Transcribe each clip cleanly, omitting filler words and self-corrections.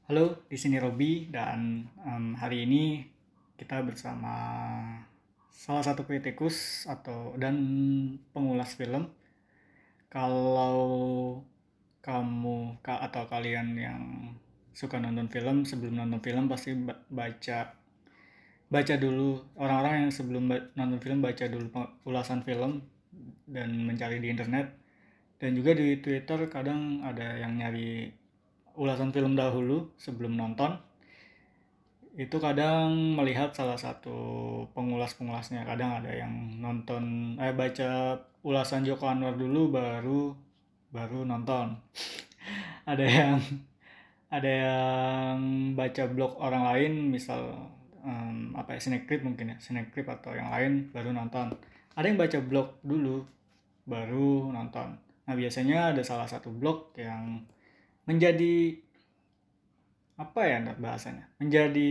Halo, di sini Robi dan hari ini kita bersama salah satu kritikus dan pengulas film. Kalau atau kalian yang suka nonton film, sebelum nonton film pasti baca baca dulu. Orang-orang yang sebelum nonton film baca dulu ulasan film dan mencari di internet. Dan juga di Twitter kadang ada yang nyari ulasan film dahulu sebelum nonton. Itu kadang melihat salah satu pengulasnya, kadang ada yang baca ulasan Joko Anwar dulu baru baru nonton. ada yang ada yang baca blog orang lain, misal Cinecrip mungkin ya, Cinecrip atau yang lain baru nonton. Ada yang baca blog dulu baru nonton. Nah, biasanya ada salah satu blog yang menjadi bahasanya, menjadi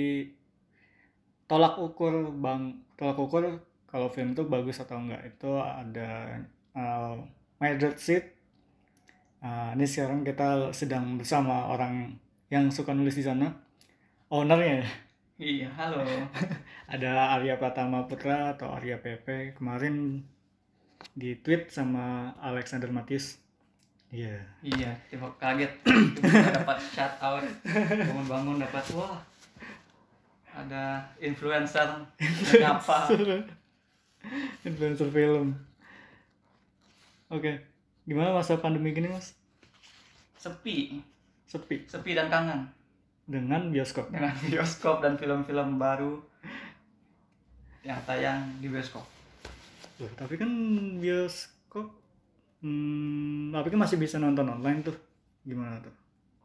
tolak ukur kalau film itu bagus atau enggak. Itu ada My Dirt Sheet. Ini sekarang kita sedang bersama orang yang suka nulis di sana, ownernya ya. Iya, halo. Ada Arya Pratama Putra atau Arya PP. Kemarin di tweet sama Alexander Matius. Iya, tiba kaget. Tiba dapat shout out. Bangun-bangun dapat wah. Ada influencer menyapa. Influencer film. Oke. Gimana masa pandemi gini, Mas? Sepi dan kangen Dengan bioskop dan film-film baru yang tayang di bioskop. Loh, tapi kan bioskop tapi kan masih bisa nonton online tuh. Gimana tuh?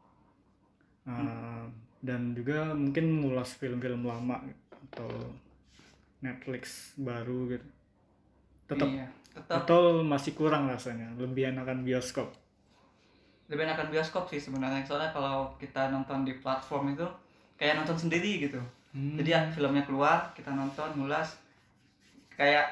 Dan juga mungkin ngulas film-film lama atau Netflix baru gitu. Tetap. Atau masih kurang rasanya, lebih enakan bioskop. Lebih enakan bioskop sih sebenarnya, soalnya kalau kita nonton di platform itu kayak nonton sendiri gitu. Jadi ya filmnya keluar, kita nonton, ngulas kayak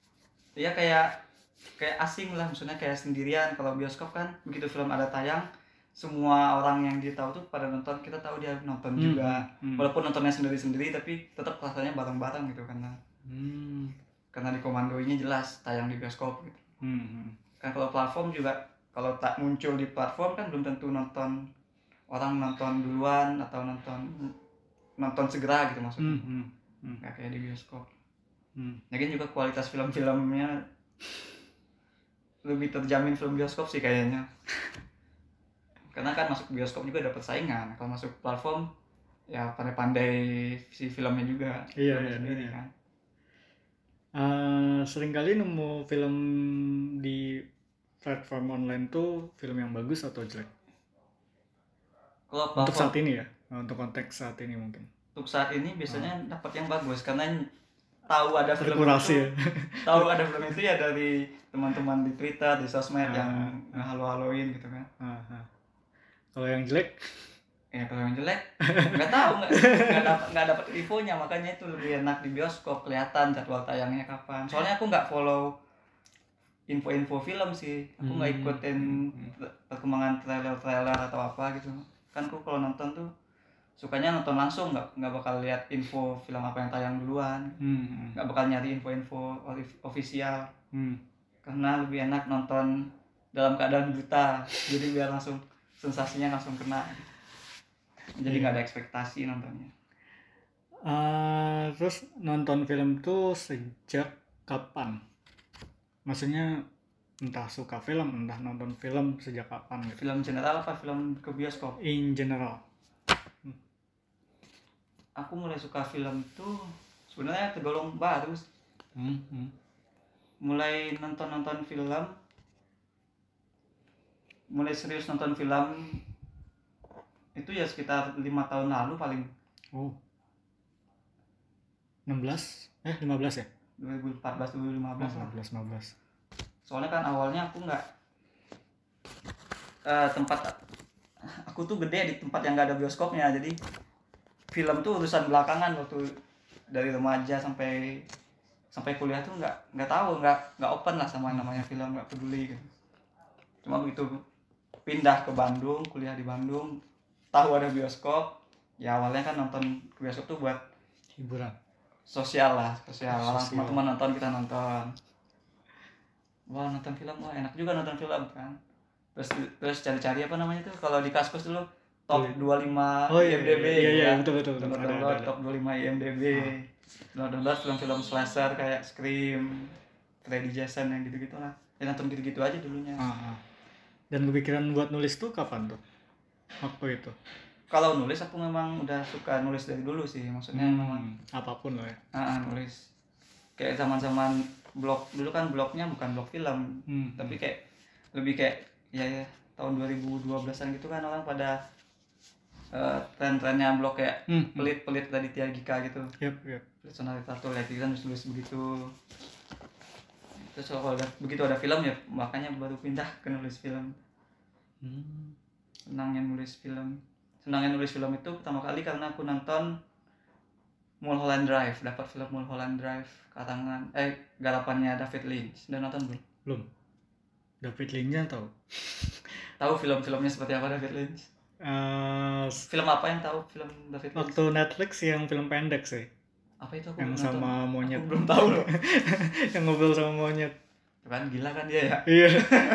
asing lah, maksudnya kayak sendirian. Kalau bioskop kan begitu film ada tayang, semua orang yang dia tahu tuh pada nonton, kita tahu dia nonton juga. Walaupun nontonnya sendiri-sendiri tapi tetap rasanya bareng-bareng gitu karena dikomandoinya jelas tayang di bioskop gitu. Kan kalau platform juga, kalau tak muncul di platform kan belum tentu orang nonton duluan atau nonton segera gitu maksudnya. Nggak kayak di bioskop. Lagian juga kualitas film-filmnya lebih terjamin film bioskop sih kayaknya. Karena kan masuk bioskop juga dapat saingan. Kalau masuk platform ya pandai-pandai si filmnya juga. Iya. Kan. Seringkali nemu film di platform online tuh film yang bagus atau jelek? Untuk saat ini ya, untuk konteks saat ini mungkin. Untuk saat ini biasanya dapat yang bagus karena tahu ada film itu, tahu ada film itu ya dari teman-teman di Twitter, di sosmed yang ngehalo-haloin gitu kan. Kalau yang jelek? Ya kalau yang jelek nggak tahu, nggak dapat infonya, makanya itu lebih enak di bioskop, kelihatan jadwal tayangnya kapan. Soalnya aku nggak follow info-info film sih, aku nggak ikutin perkembangan trailer atau apa gitu. Kan aku kalau nonton tuh sukanya nonton langsung, nggak bakal lihat info film apa yang tayang duluan, nggak bakal nyari info ofisial, karena lebih enak nonton dalam keadaan buta, jadi biar langsung sensasinya langsung kena, jadi nggak ada ekspektasi nontonnya. Terus nonton film tuh sejak kapan? Maksudnya entah suka film, entah nonton film sejak kapan gitu? Film general apa film ke bioskop? In general. Aku mulai suka film tuh sebenarnya tergolong baru. Mulai nonton film, mulai serius nonton film itu ya sekitar 5 tahun lalu paling. 15 ya? 2014 2015. 15. Soalnya kan awalnya aku nggak aku tuh gede di tempat yang nggak ada bioskopnya, jadi film tuh urusan belakangan. Waktu dari remaja sampai kuliah tuh nggak tahu, nggak open lah sama namanya film, nggak peduli gitu. Cuma begitu pindah ke Bandung, kuliah di Bandung, tahu ada bioskop, ya awalnya kan nonton ke bioskop tuh buat Hiburan. sosial orang Sosial. teman-teman nonton, kita nonton, wah nonton film, wah enak juga nonton film kan. Terus cari-cari apa namanya tuh kalau di Kaskus dulu top 25 Oh iya, IMDb iya, kan? betul. Download Ada. top 25 IMDb. Download film-film slasher kayak Scream, Freddy Jason yang gitu-gitu lah. Ya nonton gitu-gitu aja dulunya. Dan kepikiran buat nulis tuh kapan tuh? Waktu itu. Kalau nulis aku memang udah suka nulis dari dulu sih, maksudnya memang apapun lah ya. nulis. Kayak zaman-zaman blog dulu kan, blognya bukan blog film, tapi kayak lebih kayak ya tahun 2012-an gitu kan, orang pada tren-trennya blog kayak pelit-pelit Raditya Dika gitu. Yep. Personalitator kayak gitu kan, nulis begitu. Terus kalau begitu ada film ya makanya baru pindah ke nulis film. Senangnya nulis film itu pertama kali karena aku nonton Mulholland Drive, dapat film Mulholland Drive karangan garapannya David Lynch. Udah nonton belum? Belum. David Lynch tahu. Tahu film-filmnya seperti apa David Lynch? Film apa yang tahu film David Lynch? Waktu Netflix yang film pendek sih. Apa itu aku yang belum sama nonton. monyet. Aku belum tahu loh. Yang ngobrol sama monyet. Kan gila kan dia ya? Iya.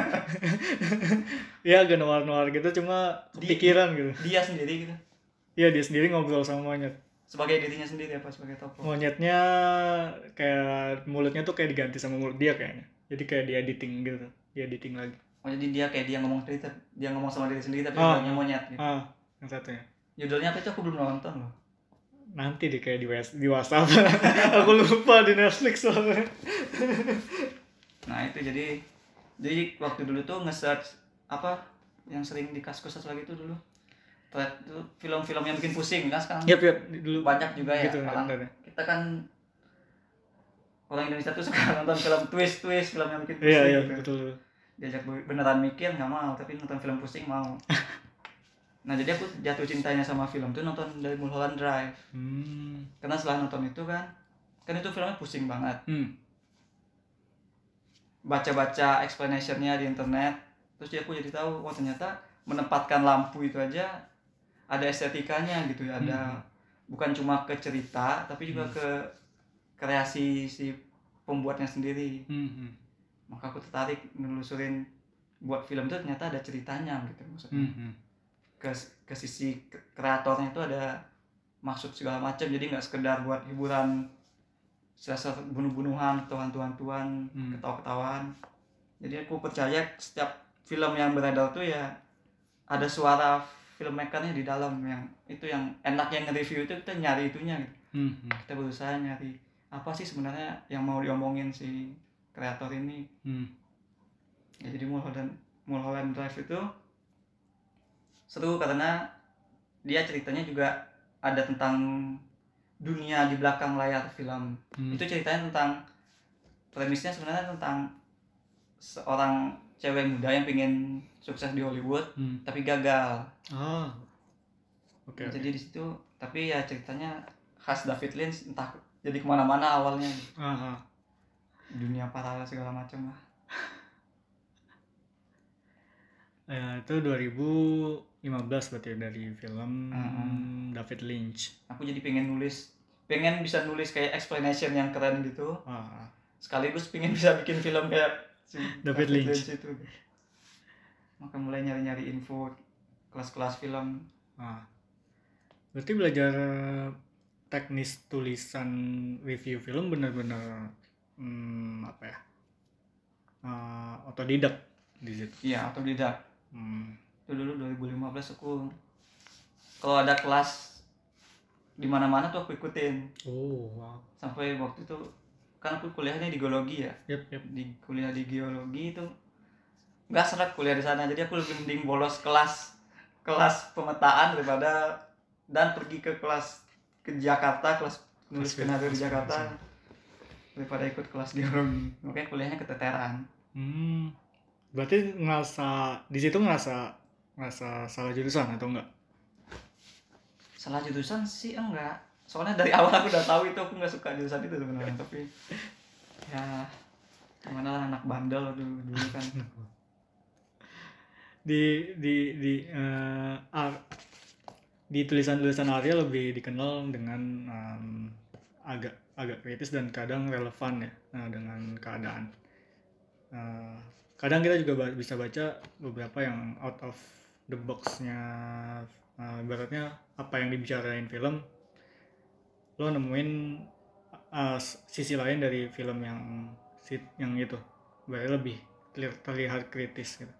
Iya agak noir gitu, cuma kepikiran gitu. Dia sendiri gitu. Iya, dia sendiri ngobrol sama monyet. Sebagai dirinya sendiri apa sebagai tokoh? Monyetnya kayak mulutnya tuh kayak diganti sama mulut dia kayaknya. Jadi kayak di editing gitu. Di editing lagi. Oh jadi dia kayak dia ngomong sama diri sendiri tapi bilangnya monyet gitu. Yang satunya. Judulnya apa itu aku belum nonton loh. Nanti deh kayak di WhatsApp. Aku lupa di Netflix soalnya. Nah itu jadi waktu dulu tuh nge-search apa yang sering di Kaskus lagi itu dulu. Thread itu film-film yang bikin pusing kan sekarang. Yep, dulu banyak juga ya. Gitu, kita kan orang Indonesia tuh suka nonton film twist film yang bikin pusing. Iya, gitu. Betul. Diajak beneran mikir nggak mau, tapi nonton film pusing mau. Nah jadi aku jatuh cintanya sama film tuh nonton dari Mulholland Drive. Karena setelah nonton itu kan itu filmnya pusing banget. Baca-baca explanationnya di internet, terus aku jadi tahu, wah ternyata menempatkan lampu itu aja ada estetikanya gitu ya, ada bukan cuma ke cerita tapi juga ke kreasi si pembuatnya sendiri. Maka aku tertarik menelusurin buat film itu ternyata ada ceritanya gitu maksudnya. Ke sisi kreatornya itu ada maksud segala macam, jadi nggak sekedar buat hiburan slasher bunuh-bunuhan atau hantu-hantuan, ketawa-ketawaan. Jadi aku percaya setiap film yang beredar tuh ya ada suara filmmakernya di dalam, yang itu yang enaknya nge-review itu kita nyari itunya gitu. Kita berusaha nyari apa sih sebenarnya yang mau diomongin si kreator ini. Ya, jadi Mulholland Drive itu seru karena dia ceritanya juga ada tentang dunia di belakang layar film. Itu ceritanya tentang, premisnya sebenarnya tentang seorang cewek muda yang pengen sukses di Hollywood tapi gagal. Jadi di situ, tapi ya ceritanya khas David Lynch, entah jadi kemana-mana awalnya. Dunia paralel segala macam lah. Ya, itu 2015 berarti dari film David Lynch. Aku jadi pengen bisa nulis kayak explanation yang keren gitu. Sekaligus pengen bisa bikin film kayak si David Lynch itu. Maka mulai nyari-nyari info kelas-kelas film. Berarti belajar teknis tulisan review film benar-benar apa ya? Otodidak di situ. Iya, otodidak. Itu dulu 2015 aku kalau ada kelas di mana-mana tuh aku ikutin. Sampai waktu itu kan aku kuliahnya di geologi ya. Di kuliah di geologi itu nggak seret kuliah di sana, jadi aku lebih mending bolos kelas pemetaan dan pergi ke Jakarta, kelas nulis skenario di Jakarta daripada ikut kelas geologi. Makanya kuliahnya keteteran. Berarti di situ ngerasa salah jurusan atau enggak? Salah jurusan sih enggak. Soalnya dari awal aku udah tahu itu aku nggak suka jurusan itu sebenarnya. Tapi ya gimana lah, anak bandel dulu kan. di tulisan-tulisan Arya lebih dikenal dengan agak kritis dan kadang relevan ya dengan keadaan. Kadang kita juga bisa baca beberapa yang out of the box-nya, ibaratnya apa yang dibicarain film, lo nemuin sisi lain dari film yang itu, berarti lebih terlihat kritis gitu.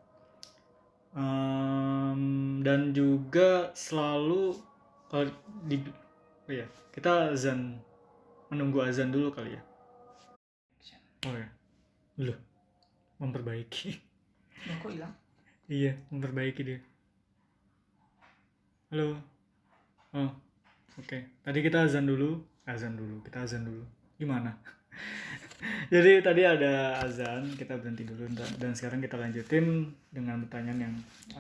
Dan juga selalu kalau kita menunggu azan dulu kali ya. Oh ya, belum memperbaiki. Loh, kok hilang? Iya, memperbaiki dia. Halo. Oh, oke. Tadi kita azan dulu. Kita azan dulu. Gimana? Jadi tadi ada azan, kita berhenti dulu dan sekarang kita lanjutin dengan pertanyaan yang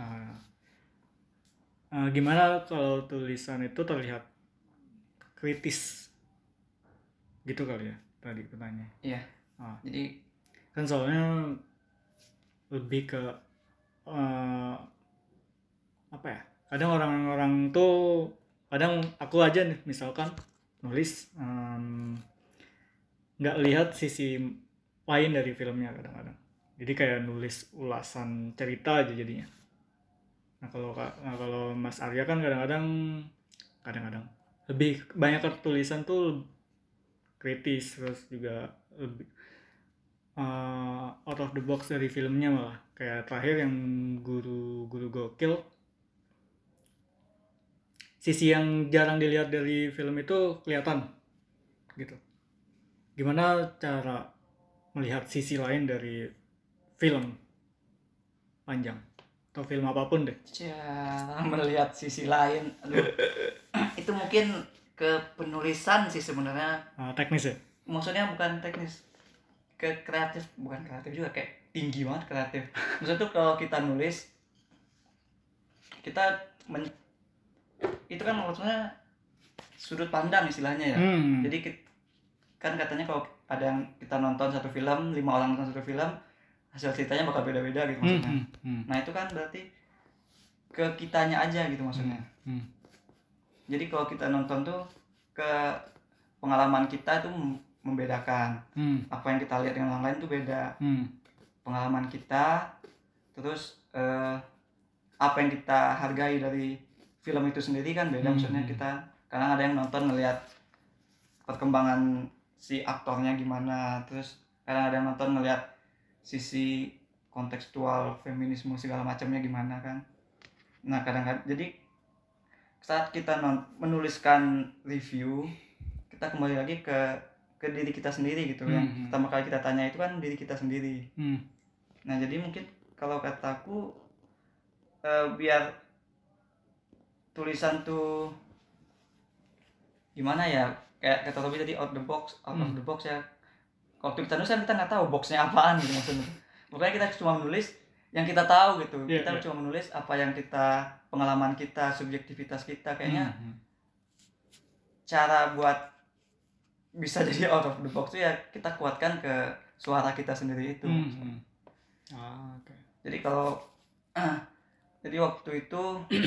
gimana kalau tulisan itu terlihat kritis, gitu kali ya tadi pertanyaan. Iya. Jadi kan soalnya lebih ke apa ya? Kadang orang-orang tuh, kadang aku aja nih misalkan nulis nggak lihat sisi lain dari filmnya kadang-kadang. Jadi kayak nulis ulasan cerita aja jadinya. Nah kalau Mas Arya kan kadang-kadang lebih banyak tulisan tuh kritis, terus juga lebih out of the box dari filmnya malah. Kayak terakhir yang guru gokil, sisi yang jarang dilihat dari film itu kelihatan gitu. Gimana cara melihat sisi lain dari film panjang atau film apapun deh? Cara melihat sisi lain, aduh, itu mungkin ke penulisan sih sebenarnya. Teknis ya? Maksudnya bukan teknis, ke kreatif, bukan kreatif juga, kayak tinggi banget kreatif. Maksudnya tuh kalau kita nulis, kita itu kan maksudnya sudut pandang istilahnya ya. Jadi kan katanya kalau ada yang kita nonton satu film, 5 orang nonton satu film, hasil ceritanya bakal beda-beda gitu maksudnya. Nah itu kan berarti ke kitanya aja gitu maksudnya. Jadi kalau kita nonton tuh ke pengalaman kita itu membedakan. Apa yang kita lihat dengan orang lain tuh beda. Pengalaman kita, terus apa yang kita hargai dari film itu sendiri kan beda. Maksudnya kita kadang ada yang nonton ngelihat perkembangan si aktornya gimana, terus kadang ada yang nonton ngelihat sisi kontekstual feminisme segala macamnya gimana kan. Nah kadang-kadang jadi saat kita menuliskan review, kita kembali lagi ke diri kita sendiri gitu. Yang pertama kali kita tanya itu kan diri kita sendiri. Nah jadi mungkin kalau kataku biar tulisan tuh gimana ya, kayak kata Robi tadi out of the box ya. Kalau kita nulis kan kita nggak tahu boxnya apaan gitu maksudnya. Makanya kita cuma menulis yang kita tahu gitu. Kita cuma menulis apa yang kita, pengalaman kita, subjektivitas kita. Kayaknya cara buat bisa jadi out of the box itu ya kita kuatkan ke suara kita sendiri itu. Okay. Jadi kalau jadi waktu itu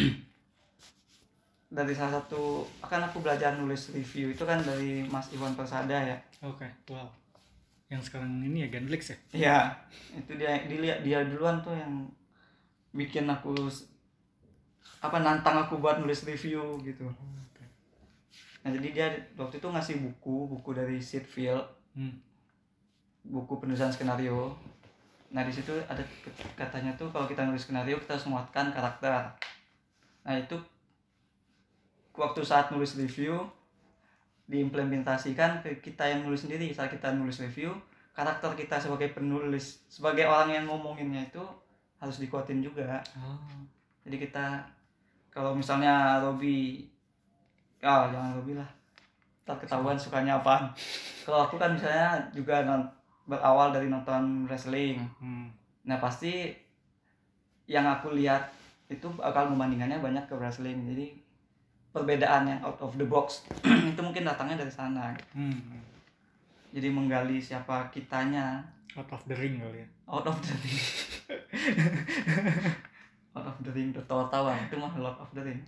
dari salah satu, akan aku belajar nulis review itu kan dari Mas Iwan Persada ya. Oke, wow. Yang sekarang ini ya Genflix ya? Iya, itu dia duluan tuh yang bikin aku nantang aku buat nulis review gitu. Okay. Nah jadi dia waktu itu ngasih buku dari Sid Field, buku penulisan skenario. Nah di situ ada katanya tuh kalau kita nulis skenario kita harus muatkan karakter. Nah itu waktu saat nulis review diimplementasikan ke kita yang nulis sendiri. Saat kita nulis review, karakter kita sebagai penulis, sebagai orang yang ngomonginnya itu harus dikuatin juga. Jadi kita, kalau misalnya Robi, jangan Robi lah, ntar ketahuan sukanya apaan. Kalau aku kan misalnya juga berawal dari nonton wrestling. Nah pasti yang aku lihat itu bakal membandingannya banyak ke wrestling. Jadi perbedaan yang out of the box itu mungkin datangnya dari sana. Jadi menggali siapa kitanya. Out of the ring kali ya. Out of of the Ring, tertawa-tawa itu mah Lord of the Ring.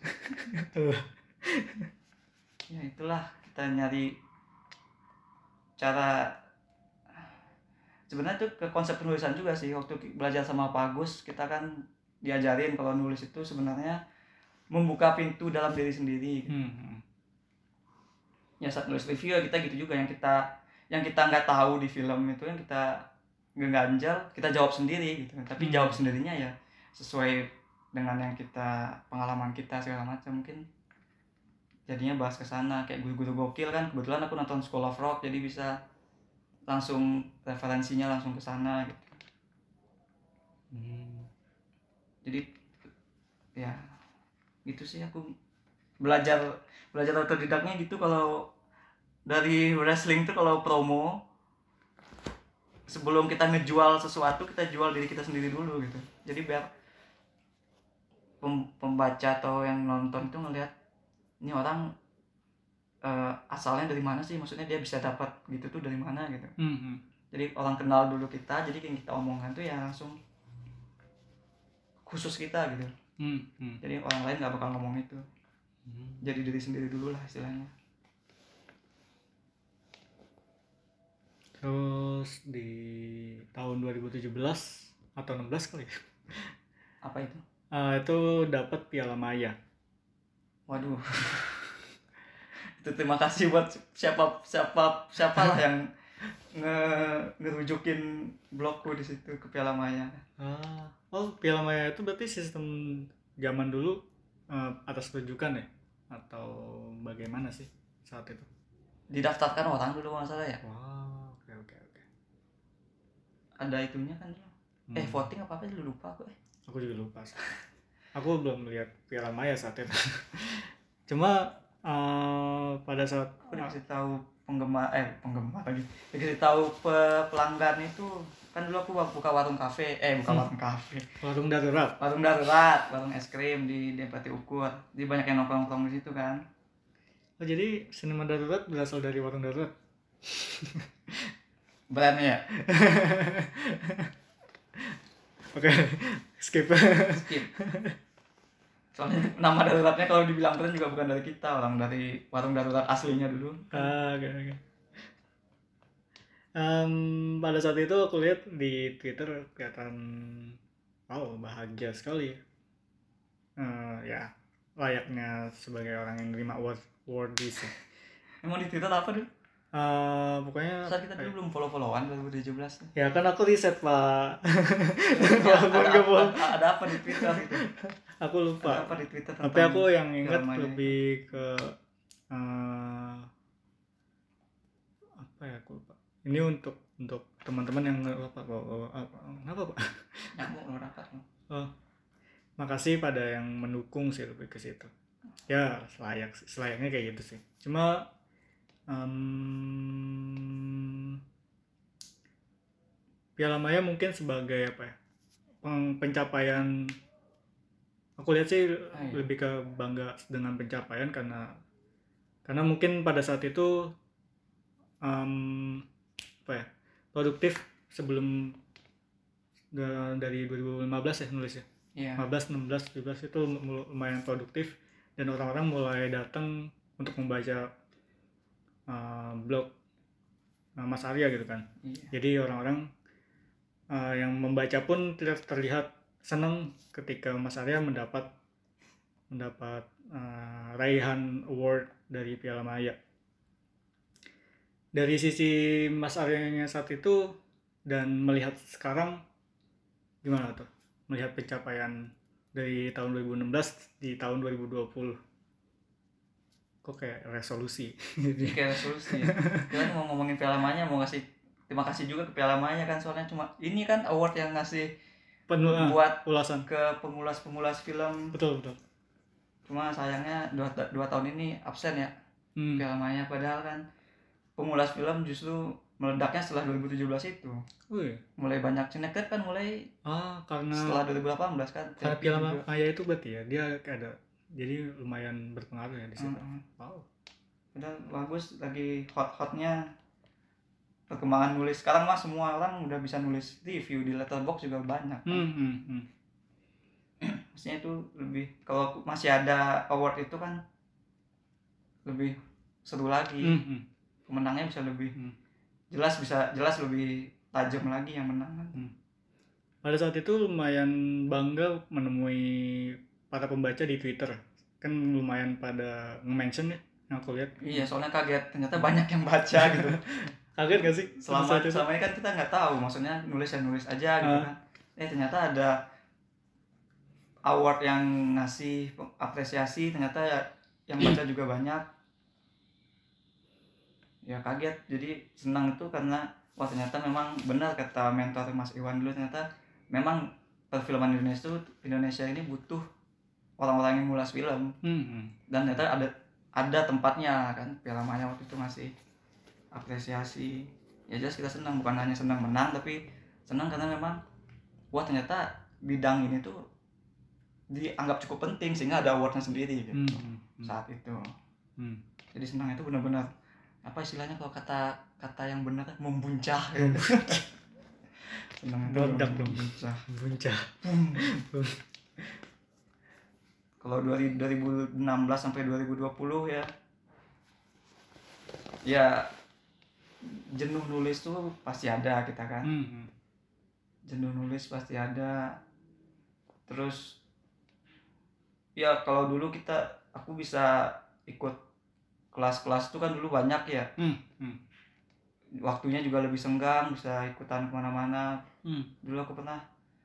Ya itulah, kita nyari cara. Sebenarnya tuh ke konsep penulisan juga sih. Waktu belajar sama Pak Agus, kita kan diajarin kalau nulis itu sebenarnya membuka pintu dalam diri sendiri. Ya saat nulis review ya kita gitu juga, yang kita nggak tahu di film itu yang kita ngeganjal, kita jawab sendiri gitu. Tapi jawab sendirinya ya sesuai dengan yang kita, pengalaman kita segala macam. Mungkin jadinya bahas ke sana kayak guru-guru gokil kan. Kebetulan aku nonton School of Rock, jadi bisa langsung referensinya langsung ke sana gitu. Jadi ya gitu sih, aku belajar otodidaknya gitu. Kalau dari wrestling tuh kalau promo, sebelum kita ngejual sesuatu, kita jual diri kita sendiri dulu gitu. Jadi biar pembaca atau yang nonton itu ngelihat ini orang asalnya dari mana sih, maksudnya dia bisa dapat gitu tuh dari mana gitu. Jadi orang kenal dulu kita, jadi yang kita omongkan tuh ya langsung khusus kita gitu. Jadi orang lain nggak bakal ngomong itu. Jadi diri sendiri dulu lah istilahnya. Terus di tahun 2017 atau 16 kali. Apa itu? Itu dapat Piala Maya. Waduh. Itu terima kasih buat siapa lah yang ngerujukin blogku di situ ke Piala Maya. Oh, Piala Maya itu berarti sistem zaman dulu atas rujukan ya? Atau bagaimana sih saat itu? Didaftarkan orang dulu masalah ya? Wow, oke. Ada itunya kan dulu. Voting apa dulu lupa aku. Aku juga lupa. Aku belum melihat Piala Maya saat itu. Cuma pada saat aku dikasih tahu penggemar lagi. Dikasih tahu pelanggan itu kan dulu aku buka warung kafe, warung darurat. Warung es krim di Depati Ukur. Jadi banyak yang nongkrong di situ kan. Oh, jadi Sinema Darurat berasal dari warung darurat. Brandnya ya? Oke, skip. Soalnya nama daruratnya kalau dibilang brand juga bukan dari kita, orang dari warung darurat aslinya dulu. Oke. Pada saat itu aku lihat di Twitter kelihatan bahagia sekali. Ya layaknya sebagai orang yang nerima award sih. Emang di Twitter apa dulu? Pokoknya saat kita dulu belum follow-followan 2017. Ya kan aku riset, Pak. Ada apa di Twitter gitu? Aku lupa. Ada apa di Twitter? Tapi aku yang ingat lebih ke apa ya, aku lupa. Ini untuk teman-teman yang apa Pak? Nyamuk rapat. Makasih pada yang mendukung sih, lebih ke situ. Ya selayaknya kayak gitu sih. Cuma Piala Maya mungkin sebagai apa ya, pencapaian. Aku lihat sih lebih ke bangga dengan pencapaian karena mungkin pada saat itu produktif sebelum dari 2015 ya nulisnya. 15, 16, 17 itu lumayan produktif dan orang-orang mulai datang untuk membaca blog Mas Arya gitu kan. Jadi orang-orang yang membaca pun terlihat senang ketika Mas Arya mendapat raihan award dari Piala Maya. Dari sisi Mas Aryanya saat itu dan melihat sekarang gimana tuh? Melihat pencapaian dari tahun 2016 di tahun 2020. Kok kayak resolusi? Kayak resolusi. Kita mau ngomongin Piala Maya, mau ngasih terima kasih juga ke Piala Maya kan, soalnya cuma ini kan award yang ngasih buat ulasan ke pemulas film. Betul. Cuma sayangnya 2 tahun ini absen ya Piala Maya, padahal kan pemulas film justru meledaknya setelah 2017 itu. Mulai banyak sinetron kan mulai karena setelah 2018 kan. Karena Piala Maya itu berarti ya dia ada, jadi lumayan berpengaruh ya di situ. Wow. Padahal bagus, lagi hot-hotnya perkembangan nulis. Sekarang mah semua orang udah bisa nulis review, di Letterboxd juga banyak. Maksudnya itu lebih, kalau masih ada award itu kan lebih seru lagi. Pemenangnya bisa lebih jelas lebih tajam lagi yang menang kan. Pada saat itu lumayan bangga menemui para pembaca di Twitter, kan lumayan pada nge-mention ya yang aku lihat. Iya, soalnya kaget ternyata banyak yang baca gitu. Kaget gak sih? selama ini kan kita nggak tahu, maksudnya nulis aja gitu kan. Ternyata ada award yang ngasih apresiasi, ternyata yang baca juga banyak. Ya kaget, jadi senang itu karena wah ternyata memang benar kata mentor Mas Iwan dulu, ternyata memang perfilman Indonesia ini butuh orang-orang yang ngulas film. Dan ternyata ada tempatnya kan. Piala Maya waktu itu masih apresiasi. Ya jelas kita senang, bukan hanya senang menang, tapi senang karena memang wah ternyata bidang ini tuh dianggap cukup penting sehingga ada awardnya sendiri gitu. Saat itu. Jadi senang itu benar-benar apa istilahnya, kalau kata yang benar membuncah gitu. Senang meledak dong, buncah. Kalau 2016 sampai 2020 ya jenuh nulis tuh pasti ada kita kan. Jenuh nulis pasti ada. Terus ya kalau dulu aku bisa ikut kelas-kelas tuh kan dulu banyak ya. Waktunya juga lebih senggang, bisa ikutan kemana-mana. Dulu aku pernah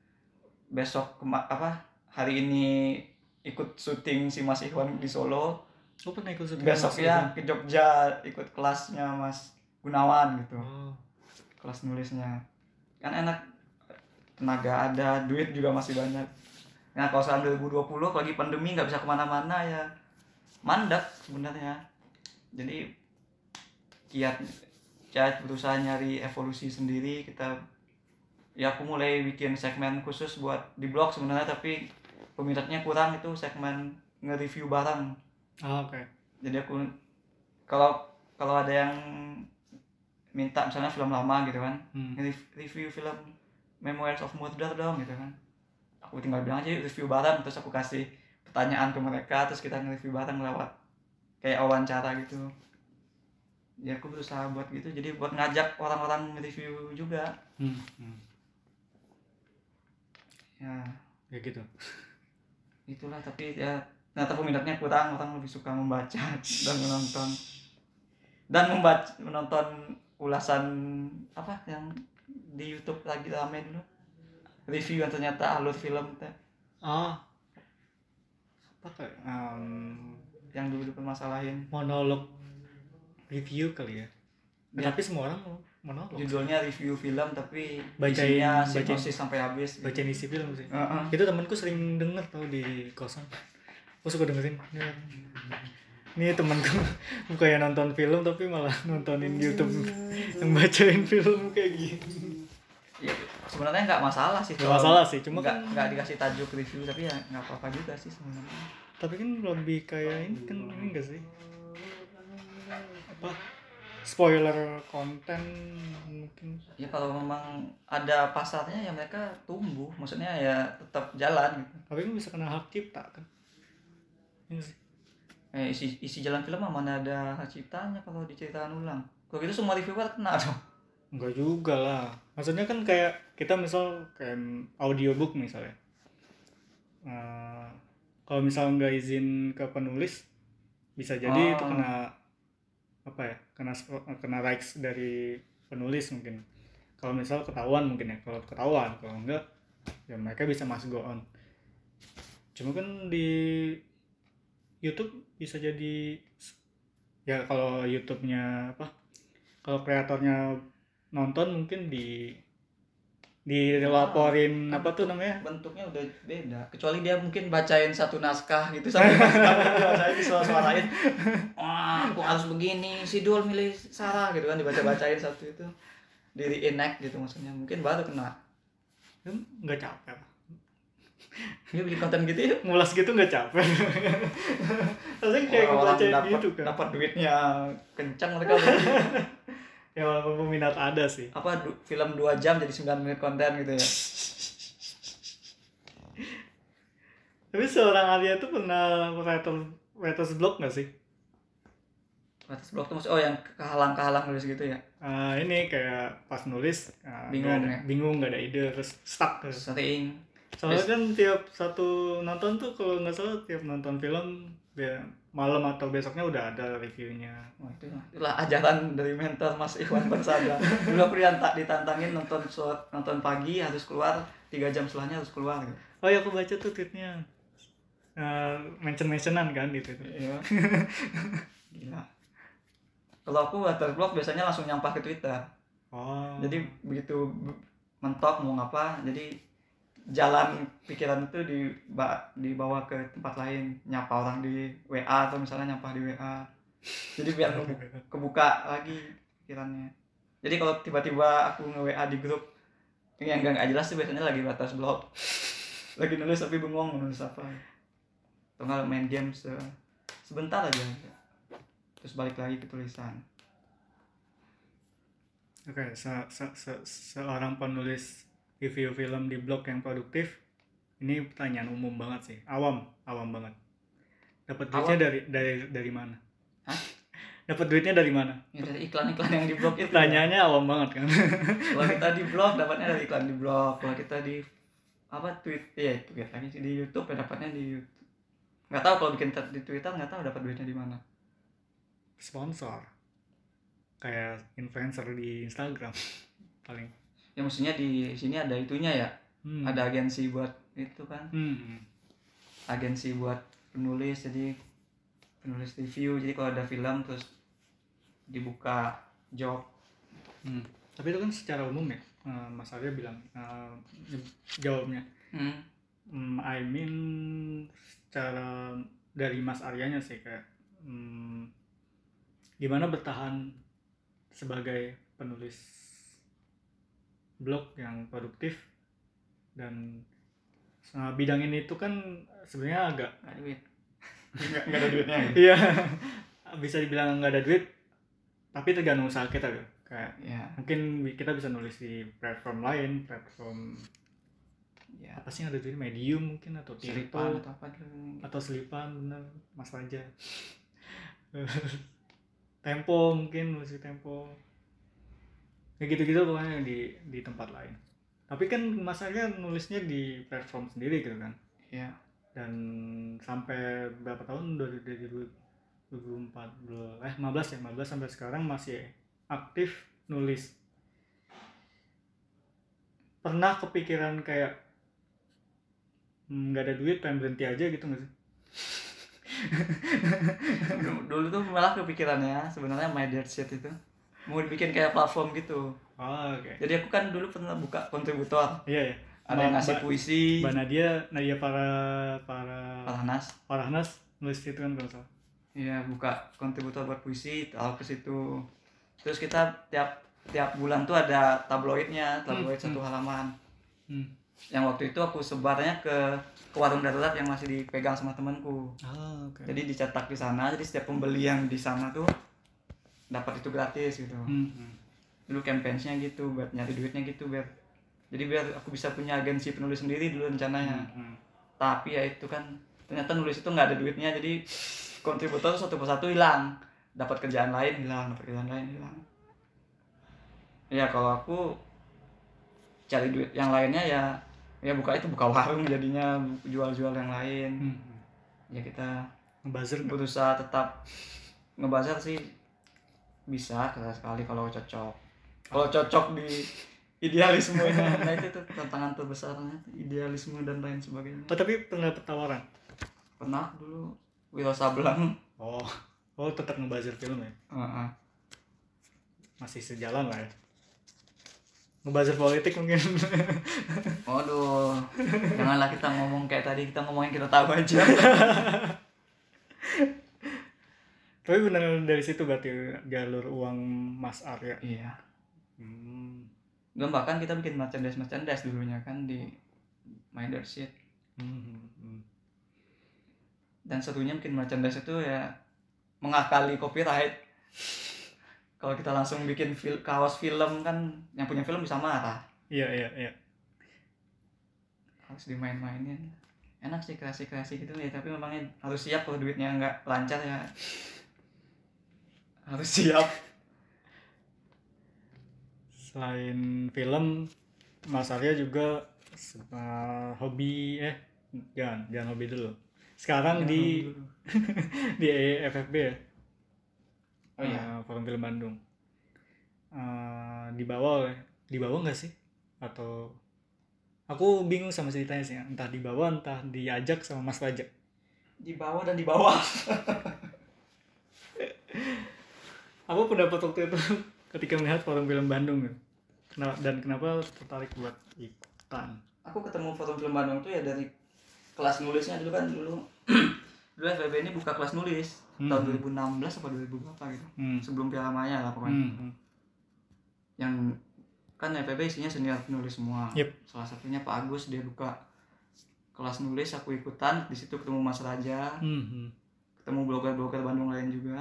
hari ini ikut syuting si Mas Ikhwan di Solo. Pernah ikut syuting besoknya ke Jogja ikut kelasnya Mas Gunawan gitu. Kelas nulisnya kan enak, tenaga ada, duit juga masih banyak. Nah kalau sekarang 2020 lagi pandemi nggak bisa kemana-mana ya mandek sebenarnya. Jadi kiat berusaha nyari evolusi sendiri. Aku mulai bikin segmen khusus buat di blog sebenarnya, tapi peminatnya kurang, itu segmen nge-review barang. Oke. Jadi aku kalau ada yang minta misalnya film lama gitu kan, review film Memoirs of Murder dong gitu kan, aku tinggal bilang aja review barang, terus aku kasih pertanyaan ke mereka, terus kita nge-review barang lewat kayak wawancara gitu. Ya aku berusaha buat gitu, jadi buat ngajak orang-orang nge-review juga. Ya gitu. Itulah, tapi ya ternyata peminatnya kurang, orang lebih suka membaca dan menonton ulasan apa yang di YouTube lagi rame dulu, review yang ternyata alur film teh. Apa kayak yang dulu permasalahin monolog review kali ya. Tapi semua orang monolog. Judulnya review film tapi isinya sinopsis sampai habis. Bacain isi film sih. Itu temanku sering denger tau di kosan. Aku suka dengerin. Ini temanku kayak nonton film tapi malah nontonin YouTube yang bacain film kayak gini. Ya, sebenarnya nggak masalah sih. Nggak masalah sih, cuma nggak dikasih tajuk review, tapi ya nggak apa-apa juga sih sebenarnya. Tapi kan lebih kayak ini kan, ini enggak sih? Apa? Spoiler konten mungkin. Ya kalau memang ada pasarnya ya mereka tumbuh, maksudnya ya tetap jalan gitu. Tapi kan bisa kena hak cipta kan? Ini sih. Isi jalan film mana ada hak ciptanya kalau diceritain ulang. Kalau gitu semua reviewer kena dong. Enggak juga lah. Maksudnya kan kayak kita misal kayak audiobook misalnya. Kalau misal nggak izin ke penulis, bisa jadi itu kena apa ya? Kena rights dari penulis mungkin. Kalau misal ketahuan mungkin ya. Kalau ketahuan, kalau enggak ya mereka bisa masuk go on. Cuma kan di YouTube bisa jadi ya, kalau YouTube-nya apa? Kalau kreatornya nonton mungkin dilaporin apa tuh namanya, bentuknya udah beda, kecuali dia mungkin bacain satu naskah gitu sampai bacain suara-suarain, aku harus begini, si Dul milih Sarah gitu kan, dibaca-bacain satu itu, di reenact gitu maksudnya, mungkin baru kena. Nggak capek Dia bikin konten gitu ya, ngulas gitu nggak capek. Rasanya kayak ngebacain gitu kan, dapat duitnya kencang mereka. Ya walaupun peminat ada sih. Apa film 2 jam jadi 9 menit konten gitu ya. Tapi seorang Arya tuh pernah writer's block nggak sih? Writer's block tuh maksud, oh yang kehalang-kehalang nulis gitu ya. Ini kayak pas nulis Bingung ya? bingung, nggak ada ide, terus stuck tuh. Sering. Soalnya kan tiap satu nonton tuh kalau nggak salah tiap nonton film malam atau besoknya udah ada reviewnya. Wah, itulah ajaran dari mentor Mas Iwan Persada. Dulu aku ditantangin nonton pagi harus keluar 3 jam setelahnya harus keluar gitu. Oh ya, aku baca tuh tweetnya, mentionan kan gitu. Iya. Gila. Kalau aku writer's block biasanya langsung nyampah ke Twitter. Oh. Jadi begitu mentok mau ngapa, jadi jalan pikiran itu dibawa ke tempat lain, nyapa orang di WA atau misalnya nyampah di WA. Jadi biar kebuka lagi pikirannya. Jadi kalau tiba-tiba aku nge-WA di grup yang enggak jelas tuh biasanya lagi batas blog. Lagi nulis tapi bengong mau nulis apa. Atau nggak main game sebentar aja. Terus balik lagi ke tulisan. Oke, seorang penulis review film di blog yang produktif, ini pertanyaan umum banget sih, awam banget. Dapat duitnya dari mana? Hah? Dapat duitnya dari mana? Ya dari iklan-iklan yang di blog itu. Pertanyaannya awam banget kan. Kalau kita di blog dapatnya dari iklan di blog. Kalau kita di tweet lagi di YouTube ya dapatnya di YouTube. Nggak tahu kalau bikin di Twitter nggak tahu dapat duitnya di mana. Sponsor. Kayak influencer di Instagram paling. Ya maksudnya di sini ada itunya ya. Ada agensi buat itu kan. Agensi buat penulis, jadi penulis review, jadi kalau ada film terus dibuka job. Tapi itu kan secara umum ya, Mas Arya bilang jawabnya. I mean secara dari Mas Aryanya sih kayak gimana bertahan sebagai penulis blog yang produktif, dan bidang ini itu kan sebenarnya agak Nggak ada duit. nggak ada duitnya. Iya, bisa dibilang nggak ada duit, tapi tergantung usaha kita kan. Kayak mungkin kita bisa nulis di platform lain, apa sih yang ada duit, Medium mungkin atau Selipan atau apa dulu. Atau Selipan, bener Mas Raja. Tempo mungkin, nulis di Tempo. Kayak gitu-gitu pokoknya di tempat lain. Tapi kan Mas Arya nulisnya di platform sendiri gitu kan. Iya. Dan sampai berapa tahun, dari 2015 sampai sekarang masih aktif nulis. Pernah kepikiran kayak nggak ada duit pengen berhenti aja gitu nggak sih? Dulu tuh malah kepikirannya sebenarnya My Dead Shit itu mau bikin kayak platform gitu. Okay. Jadi aku kan dulu pernah buka kontributor. Iya. Ada yang ngasih puisi. Mbak Nadia Farahnas nulis itu kan kalau salah. Iya, buka kontributor buat puisi, taruh ke situ. Terus kita tiap bulan tuh ada tabloid satu halaman. Yang waktu itu aku sebarnya ke warung darurat yang masih dipegang sama temanku. Okay. Jadi dicetak di sana, jadi setiap pembeli yang di sana tuh dapat itu gratis gitu. Dulu campaign-nya gitu, buat nyari duitnya gitu, biar aku bisa punya agensi penulis sendiri dulu rencananya. Tapi ya itu kan ternyata nulis itu nggak ada duitnya, jadi kontributor satu persatu hilang, dapat kerjaan lain hilang. Ya kalau aku cari duit yang lainnya ya buka warung, jadinya jual yang lain. Ya kita ngebuzzer, berusaha tetap ngebuzzer sih bisa sekali kalau cocok di idealismenya. Nah itu tuh tantangan terbesarnya, idealisme dan lain sebagainya. Tapi pernah dapet tawaran? Pernah dulu Wiro Sableng. Tetap ngebuzzer film ya? Masih sejalan lah ya. Ngebuzzer politik mungkin. Waduh, janganlah kita ngomong kayak tadi, kita ngomongin kita tahu aja. Tapi benar dari situ berarti jalur uang Mas Arya. Iya. Dan bahkan kita bikin merchandise dulunya kan di My Dead Shit. Dan serunya bikin merchandise itu ya mengakali copyright. Kalau kita langsung bikin kaos film kan yang punya film bisa marah. Iya. Harus dimain-mainin. enak sih kreasi gitu ya, tapi memangnya harus siap kalau duitnya nggak lancar ya. Harus siap. Selain film, Mas Arya juga hobi jangan hobi dulu. Sekarang di di FFB ya. Oh iya. Forum Film Bandung. Dibawa nggak sih? Atau aku bingung sama ceritanya sih, entah dibawa entah diajak sama Mas Raja. Di bawah dan di bawah. Aku pendapat waktu itu ketika melihat Forum Film Bandung dan kenapa tertarik buat ikutan. Aku ketemu Forum Film Bandung tuh ya dari kelas nulisnya dulu kan dulu FEB ini buka kelas nulis tahun 2016 atau 2000 berapa gitu. Sebelum Piala Maya lah pokoknya. Yang kan FEB isinya senior penulis semua. Salah satunya Pak Agus, dia buka kelas nulis, aku ikutan. Di situ ketemu Mas Raja, ketemu blogger-blogger Bandung lain juga.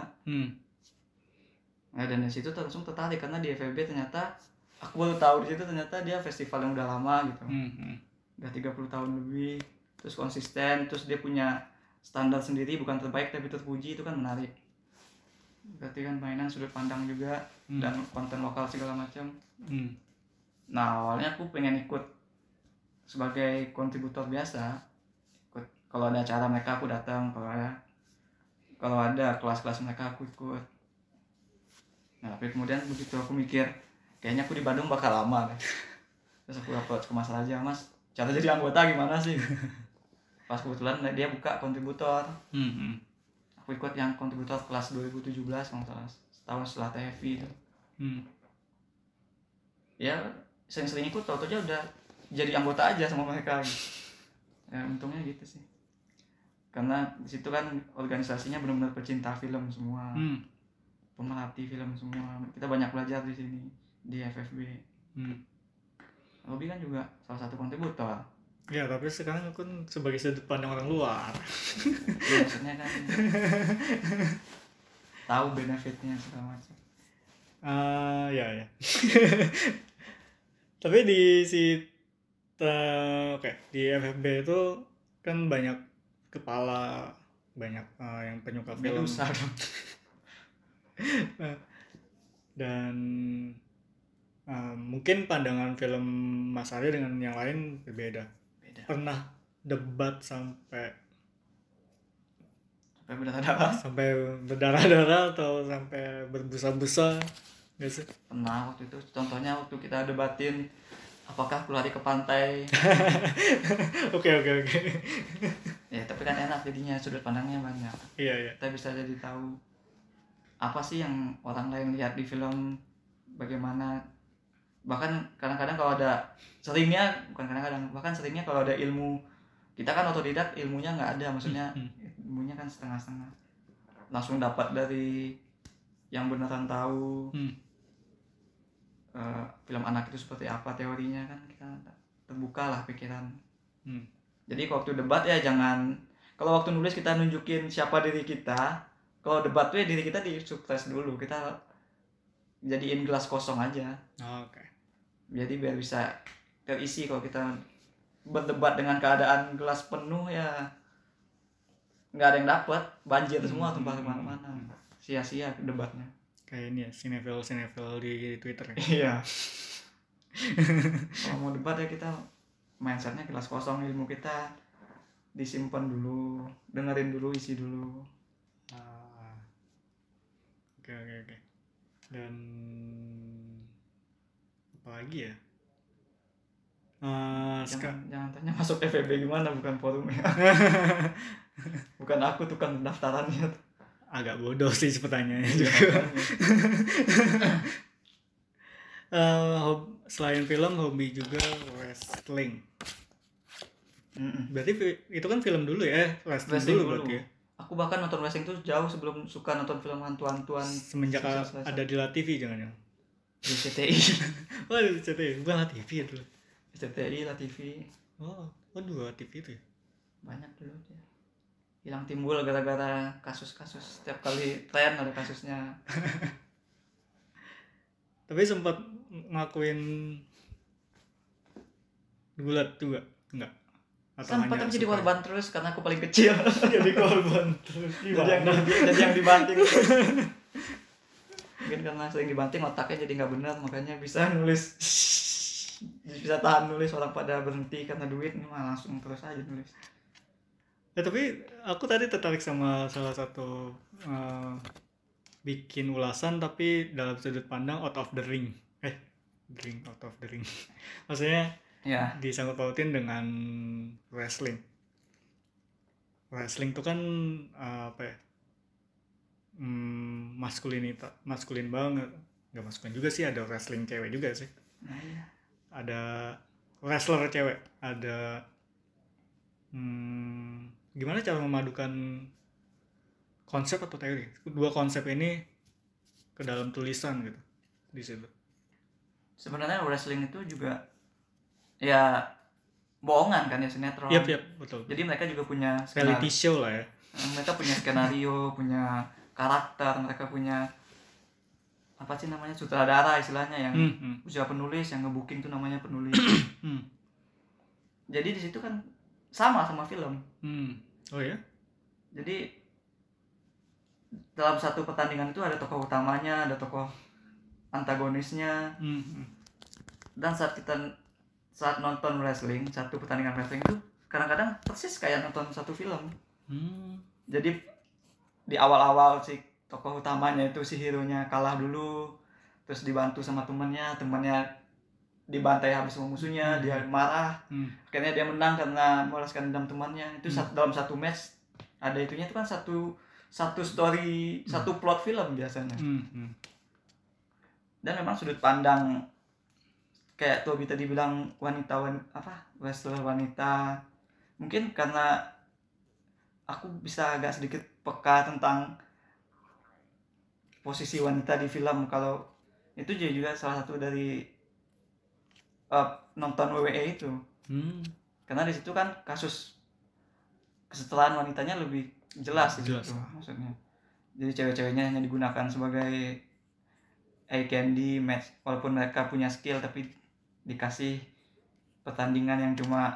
Nah, dan di situ langsung tertarik karena di FEB ternyata aku baru tahu di situ ternyata dia festival yang udah lama gitu. Udah 30 tahun lebih, terus konsisten, terus dia punya standar sendiri, bukan terbaik tapi terpuji, itu kan menarik. Berarti kan mainan sudut pandang juga dan konten lokal segala macam. Nah, awalnya aku pengen ikut sebagai kontributor biasa. Kalau ada acara mereka aku datang, kalau ada kelas-kelas mereka aku ikut. Nah, tapi kemudian begitu aku mikir, kayaknya aku di Bandung bakal lama deh. Terus aku approach ke Mas Raja, Mas, cara jadi anggota gimana sih? Pas kebetulan dia buka kontributor. Aku ikut yang kontributor kelas 2017 kalau salah, setahun setelah TFI itu. Ya, sering-sering ikut, tau-tau aja udah jadi anggota aja sama mereka gitu. Ya, untungnya gitu sih. Karena di situ kan organisasinya benar-benar pecinta film semua. Pemerhati film semua. Kita banyak belajar di sini di FFB. Robi kan juga salah satu kontributor. Ya, tapi sekarang aku sebagai sudut pandang orang luar. Ya, maksudnya kan tahu benefitnya segala macam. Ya. Tapi di di FFB itu kan banyak kepala, banyak yang penyuka film. Medusa dong. Dan mungkin pandangan film Mas Arya dengan yang lain berbeda. Pernah debat sampai berdarah-darah atau sampai berbusa-busa nggak sih? Pernah waktu itu, contohnya waktu kita debatin apakah aku lari ke pantai. Oke. Ya, tapi kan enak jadinya, sudut pandangnya banyak. Iya. Kita bisa jadi tahu apa sih yang orang lain lihat di film, bagaimana. Bahkan kadang-kadang kalau ada seringnya kalau ada ilmu, kita kan otodidak, ilmunya nggak ada, maksudnya ilmunya kan setengah-setengah, langsung dapat dari yang beneran tahu film anak itu seperti apa teorinya, kan kita terbuka lah pikiran. Jadi waktu debat ya jangan, kalau waktu nulis kita nunjukin siapa diri kita, kalau debat tuh ya diri kita disupres dulu, kita jadiin gelas kosong aja. Oke. Jadi biar bisa terisi. Kalau kita berdebat dengan keadaan gelas penuh ya nggak ada yang dapat, banjir semua tumpah kemana-mana, sia-sia debatnya. Kayak ini ya, sinetron di Twitter ya. Iya. Kalau mau debat ya kita mindsetnya gelas kosong, ilmu kita disimpan dulu, dengerin dulu, isi dulu. Oke. Dan apa lagi ya? Jangan tanya masuk FEB gimana, bukan forumnya. Bukan aku tukang pendaftarannya. Agak bodoh sih pertanyaannya juga. Selain film, hobi juga wrestling. Berarti itu kan film dulu ya, wrestling dulu berarti ya. Aku bahkan nonton wrestling tuh jauh sebelum suka nonton film hantu-hantuan. Semenjak ada di LaTV jangan-jangan. Di CTI. Oh, di CTI, bukan LaTV ya dulu. CTI, LaTV. Oh, dua LaTV itu ya? Banyak dulu dia. Hilang timbul gara-gara kasus-kasus, setiap kali tren ada kasusnya. Tapi sempat ngakuin gulat juga? Enggak? atau sempat hanya aku jadi suka? korban terus karena aku paling kecil. Jadi korban terus gimana? jadi yang dibanting terus. Mungkin karena sering dibanting otaknya jadi nggak benar, makanya bisa nulis, bisa tahan nulis. Orang pada berhenti karena duit, ini mah langsung terus aja nulis. Tapi aku tadi tertarik sama salah satu bikin ulasan tapi dalam sudut pandang out of the ring. Ring out of the ring. Maksudnya Ya, disangkut pautin dengan wrestling. Wrestling itu kan apa ya? Maskulin banget. Nggak maskulin juga sih, ada wrestling cewek juga sih. nah iya. Ada wrestler cewek, ada gimana cara memadukan konsep atau teori dua konsep ini ke dalam tulisan gitu di situ. Sebenarnya wrestling itu juga ya bohongan kan ya, sinetron. Yap, betul. Jadi mereka juga punya Reality show lah ya. Mereka punya skenario, punya karakter, mereka punya apa sih namanya, sutradara istilahnya, yang usaha penulis, yang ngebooking tuh namanya penulis. Jadi di situ kan sama film. Oh ya. Jadi dalam satu pertandingan itu ada tokoh utamanya, ada tokoh antagonisnya. Dan saat nonton wrestling, satu pertandingan wrestling itu kadang-kadang persis kayak nonton satu film. Jadi di awal-awal si tokoh utamanya itu, si hero-nya kalah dulu, terus dibantu sama temannya dibantai habis sama musuhnya, dia marah, akhirnya dia menang karena membalaskan dendam temannya. Itu dalam satu match ada itunya, itu kan satu story, satu plot film biasanya. Dan memang sudut pandang kayak Tobi tadi bilang wrestler wanita, mungkin karena aku bisa agak sedikit peka tentang posisi wanita di film. Kalau itu juga salah satu dari nonton WWE itu. Karena di situ kan kasus kesetaraan wanitanya lebih jelas di situ, maksudnya. Jadi cewek-ceweknya hanya digunakan sebagai eye candy match, walaupun mereka punya skill tapi dikasih pertandingan yang cuma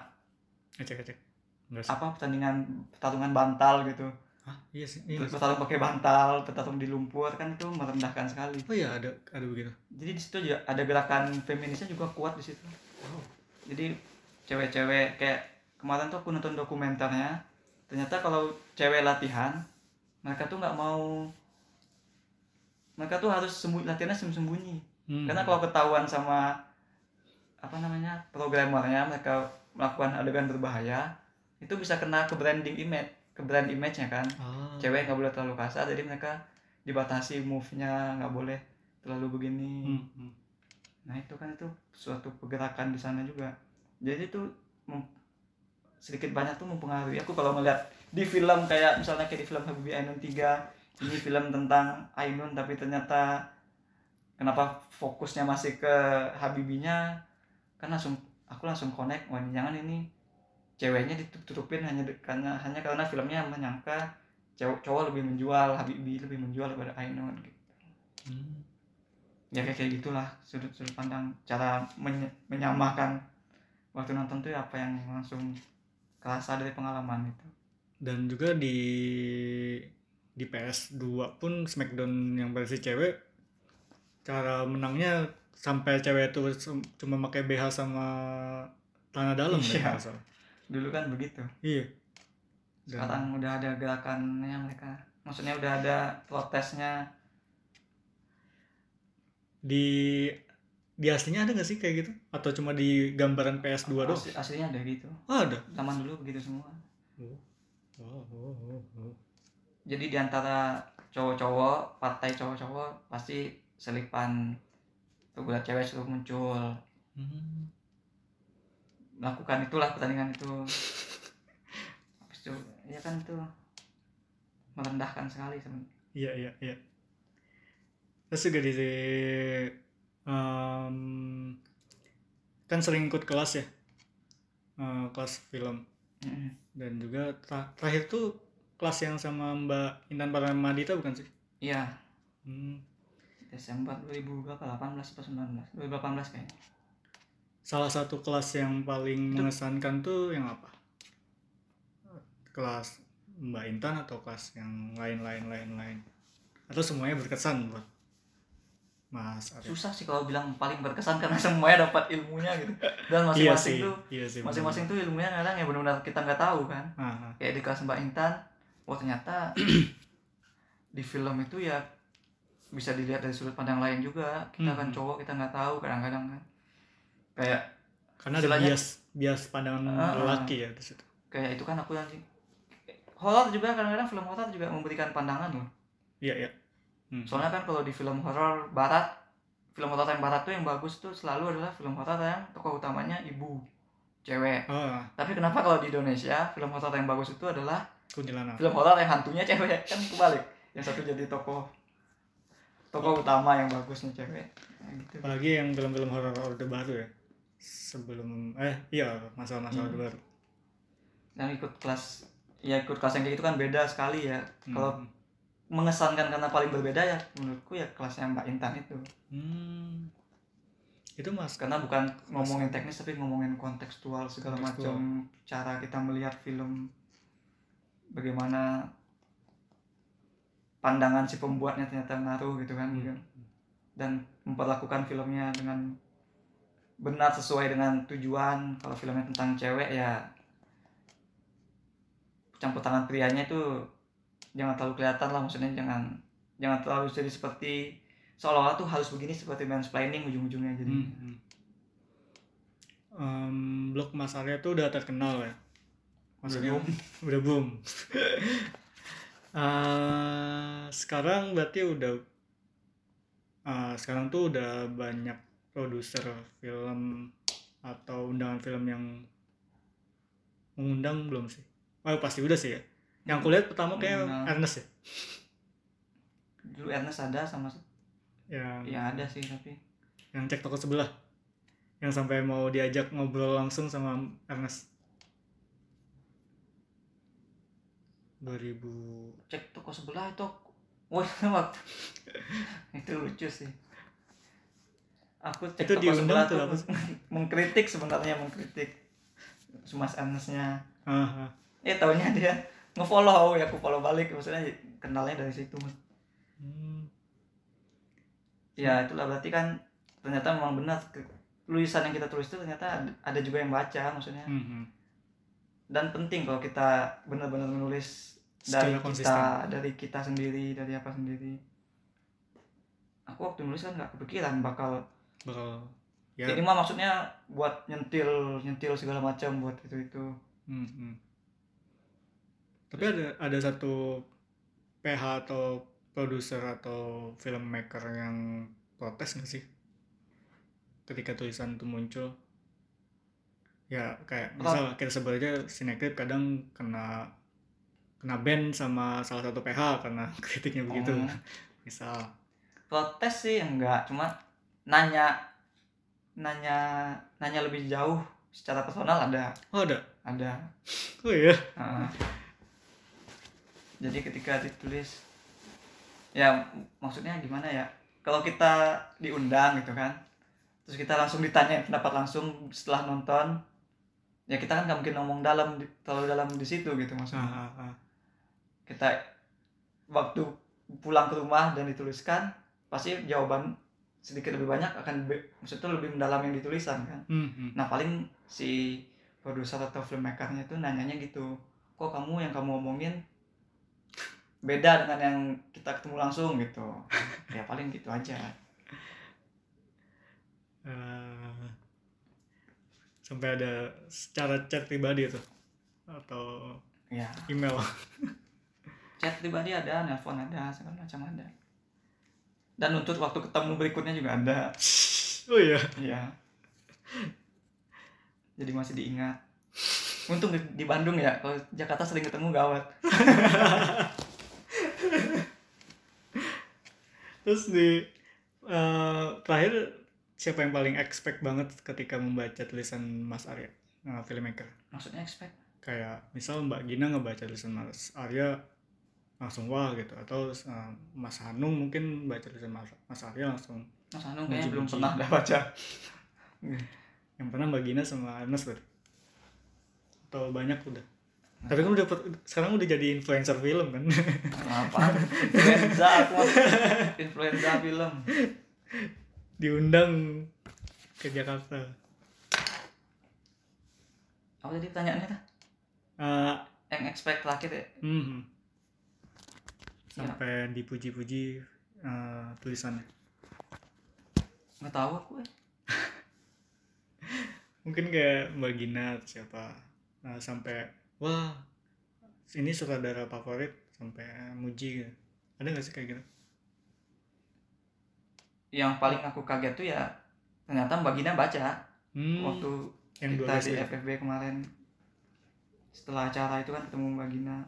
pertarungan bantal gitu. Iya sih. Bertarung pakai bantal, bertarung di lumpur, kan itu merendahkan sekali. Oh iya, ada begitu. Jadi di situ juga ada gerakan feminisnya juga kuat di situ. Jadi cewek-cewek kayak kemarin tuh aku nonton dokumenternya, ternyata kalau cewek latihan, mereka tuh nggak mau, mereka tuh harus latihannya sembunyi. Karena kalau ketahuan sama programmernya, mereka melakukan adegan berbahaya, itu bisa kena ke brand image-nya kan. Cewek nggak boleh terlalu kasar, jadi mereka dibatasi move-nya, nggak boleh terlalu begini. Nah itu kan itu suatu pergerakan di sana juga. Jadi itu sedikit banyak tuh mempengaruhi aku kalau ngeliat di film, kayak misalnya kayak di film Habibie Ainun 3. Ini film tentang Ainun tapi ternyata kenapa fokusnya masih ke Habibinya, kan aku langsung connect, wah jangan ini ceweknya ditutupin hanya karena filmnya menyangka cowok lebih menjual, Habibie lebih menjual daripada Ainun gitu. Ya kayak gitulah sudut pandang, cara menyamakan waktu nonton tuh apa yang langsung kerasa dari pengalaman itu. Dan juga di PS2 pun Smackdown yang versi cewek, cara menangnya sampai cewek itu cuma pakai BH sama celana dalam. Iya. Dulu kan begitu. Iya. Sekarang udah ada gerakannya mereka. Maksudnya udah ada protesnya. Di aslinya ada nggak sih kayak gitu? Atau cuma di gambaran PS2 doang? Aslinya ada gitu. Ada. Zaman dulu begitu semua. Jadi diantara cowok-cowok, partai cowok-cowok pasti selipan pegulat cewek suruh muncul. Melakukan itulah pertandingan itu. Habis itu ya kan itu merendahkan sekali sebenarnya. Iya. Terus juga di kan sering ikut kelas ya, kelas film. Dan juga terakhir tuh kelas yang sama Mbak Intan Paramadita bukan sih? Iya. Desember 2018 atau 19? 2018 kayaknya. Salah satu kelas yang paling mengesankan tuh yang apa? kelas Mbak Intan atau kelas yang lain atau semuanya berkesan buat Mas Arya? Susah sih kalau bilang paling berkesan karena semuanya dapat ilmunya gitu. Dan Iya masing-masing sih, tuh iya sih, masing-masing tuh ilmunya kadang ya benar-benar kita nggak tahu kan. benar. Kayak di kelas Mbak Intan, wah ternyata di film itu ya bisa dilihat dari sudut pandang lain juga. Kita kan cowok, kita nggak tahu kadang-kadang kan. Kayak Karena ada istilahnya, bias pandangan lelaki ya di situ. kayak itu kan aku yang horor juga, kadang-kadang film horor juga memberikan pandangan loh. Iya. Soalnya kan kalau di film horor barat, film horor yang barat tuh yang bagus tuh selalu adalah film horor yang tokoh utamanya ibu, cewek. Tapi kenapa kalau di Indonesia film horor yang bagus itu adalah Kuntilanak. film horor yang hantunya cewek? Kan kebalik. Yang satu jadi tokoh utama, yang bagusnya cewek. Nah, gitu. Apalagi yang film-film horor Orde Baru ya. Sebelum masa-masa Orde Baru. Dan ikut kelas yang kayak gitu kan beda sekali ya. Kalau mengesankan karena paling berbeda ya menurutku ya kelasnya Mbak Intan itu. Itu Mas, karena bukan ngomongin teknis tapi ngomongin kontekstual segala macam, cara kita melihat film, bagaimana pandangan si pembuatnya ternyata ngaruh gitu kan. Dan memperlakukan filmnya dengan benar sesuai dengan tujuan. Kalau filmnya tentang cewek ya campur tangan prianya itu jangan terlalu kelihatan lah, maksudnya jangan terlalu jadi seperti seolah-olah tuh harus begini, seperti mansplaining ujung-ujungnya jadi. Blog Mas Arya tuh udah terkenal ya, maksudnya udah boom. Sekarang berarti sekarang tuh udah banyak produser film atau undangan film yang mengundang belum sih? Pasti udah sih ya. Yang kulihat pertama kayak Ernest ya. Dulu Ernest ada sama ya ada sih, tapi yang cek toko sebelah, yang sampai mau diajak ngobrol langsung sama Ernest. 2000 cek toko sebelah itu, wah waktu itu lucu sih. Aku cek itu toko sebelah tuh mengkritik Mas Ernestnya. Taunya dia nge-follow, ya aku follow balik, maksudnya kenalnya dari situ. Ya itulah, berarti kan ternyata memang benar tulisan yang kita tulis itu ternyata ada juga yang baca, maksudnya. Dan penting kalau kita benar-benar menulis dari kita sendiri, dari apa sendiri. Aku waktu nulis kan nggak kepikiran bakal ya. Ini mah maksudnya buat nyentil segala macam buat itu. Tapi ada satu PH atau produser atau filmmaker yang protes nggak sih ketika tulisan itu muncul? Ya kayak misal kita sebut aja Sinekrit kadang kena ban sama salah satu PH karena kritiknya begitu. Misal protes sih enggak, cuma nanya lebih jauh secara personal ada. Ada. Oh iya. Jadi ketika ditulis, ya maksudnya gimana ya, kalau kita diundang gitu kan, terus kita langsung ditanya pendapat langsung setelah nonton, ya kita kan nggak mungkin ngomong terlalu dalam di situ gitu maksudnya. Kita waktu pulang ke rumah dan dituliskan, pasti jawaban sedikit lebih banyak maksudnya lebih mendalam yang ditulisan kan. Nah paling si produser atau filmmakernya tuh nanyanya gitu, kok yang kamu omongin beda dengan yang kita ketemu langsung gitu. Ya paling gitu aja. Sampai ada secara chat pribadi tuh atau ya email. Chat pribadi ada, nelpon ada, segala macam ada. Dan untuk waktu ketemu berikutnya juga ada. Oh iya. Iya. Jadi masih diingat. Untung di Bandung ya, kalau Jakarta sering ketemu gawat. Terus terakhir siapa yang paling expect banget ketika membaca tulisan Mas Arya, filmmaker? Maksudnya expect? Kayak misal Mbak Gina ngebaca tulisan Mas Arya langsung wah gitu, atau Mas Hanung mungkin baca tulisan Mas Arya langsung. Mas Hanung kayaknya belum pernah baca. Yang pernah Mbak Gina sama Ernest berarti? Atau banyak udah? Tapi kan sekarang udah jadi influencer film kan. Apaan? Influenza aku mah. Influenza film. Diundang ke Jakarta. Apa tadi pertanyaannya tuh? Eh, Yang expect terakhir ya? sampai dipuji-puji tulisannya. Nggak tahu aku Mungkin kayak Mbak Gina atau siapa sampai wah ini sutradara favorit sampai muji gitu. Ada nggak sih kayak gitu? Yang paling aku kaget tuh ya ternyata Mbak Gina baca waktu yang kita di ya? FFB kemarin. Setelah acara itu kan ketemu Mbak Gina.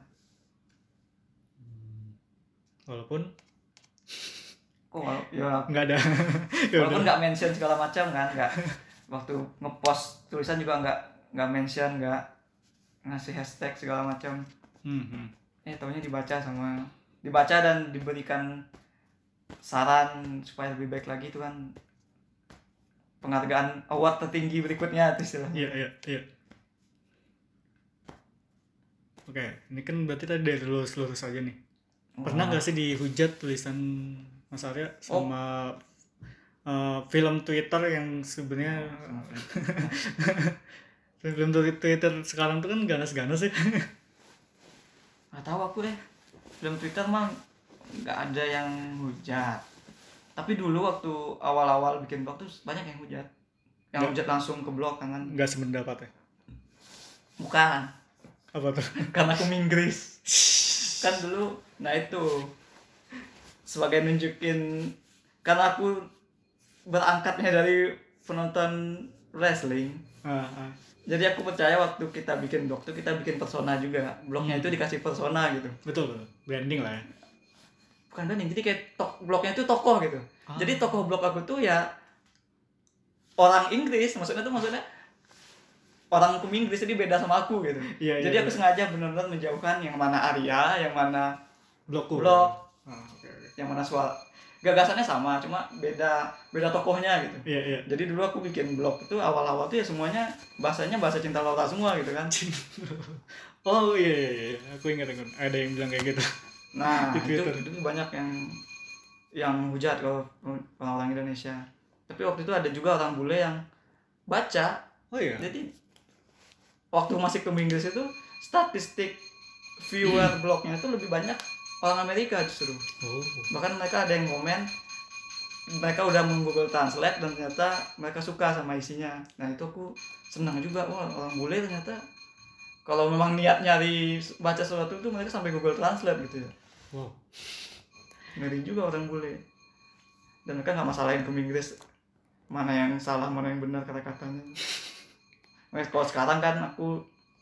Walaupun ya nggak ada. walaupun nggak mention segala macam kan, nggak waktu ngepost tulisan juga nggak mention, nggak ngasih hashtag segala macam. Taunya dibaca dan diberikan saran supaya lebih baik lagi, itu kan penghargaan award tertinggi berikutnya itu istilahnya. Iya. Oke, ini kan berarti tadi dari lurus aja nih. Pernah nggak sih dihujat tulisan Mas Arya sama film Twitter yang sebenarnya film Twitter sekarang tuh kan ganas-ganas ya? Nggak tahu aku film Twitter mah nggak ada yang hujat. Tapi dulu waktu awal-awal bikin blog tuh banyak yang hujat. Yang hujat langsung ke blog kan. Nggak sependapat ya? Bukan. Apa tuh? Karena aku Inggris. Kan dulu, nah itu sebagai nunjukin, karena aku berangkatnya dari penonton wrestling. Jadi aku percaya waktu kita bikin blog tuh kita bikin persona juga. Blognya itu dikasih persona gitu. Betul, branding lah ya. Bukan branding, jadi kayak blognya itu tokoh gitu. Jadi tokoh blog aku tuh ya orang Inggris, maksudnya orang hukum Inggris, jadi beda sama aku gitu. Jadi aku sengaja benar-benar menjauhkan yang mana Arya, yang mana blog. Okay. Yang mana gagasannya sama, cuma beda tokohnya gitu. Iya. Jadi dulu aku bikin blog itu awal-awal tuh ya semuanya bahasanya bahasa cinta Laura semua gitu kan. Oh iya. Aku ingat ada yang bilang kayak gitu. Nah, itu banyak yang hujat kalau orang Indonesia. Tapi waktu itu ada juga orang bule yang baca. Oh iya. Jadi waktu masih ke Inggris itu statistik viewer blognya itu lebih banyak orang Amerika justru. Bahkan mereka ada yang komen mereka udah Google Translate dan ternyata mereka suka sama isinya. Nah itu aku senang juga, wah orang bule ternyata kalau memang niat nyari baca sesuatu itu mereka sampai Google Translate gitu ya. Wow. Ngeri juga orang bule. Dan mereka nggak masalahin ke Inggris mana yang salah mana yang benar kata-katanya. Kalau sekarang kan aku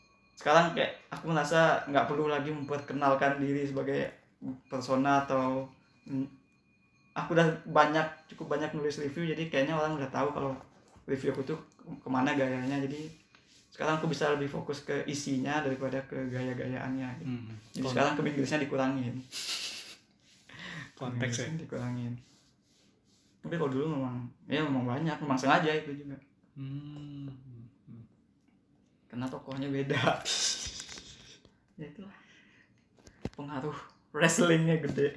merasa nggak perlu lagi memperkenalkan diri sebagai persona, atau aku udah cukup banyak nulis review, jadi kayaknya orang udah tahu kalau review aku tuh kemana gayanya. Jadi sekarang aku bisa lebih fokus ke isinya daripada ke gaya-gayaannya gitu. Jadi sekarang ke Inggrisnya dikurangin. Konteksnya dikurangin. Tapi kalau dulu memang banyak, memang sengaja itu juga. Karena tokohnya beda. Ya itulah. Pengaruh wrestlingnya gede.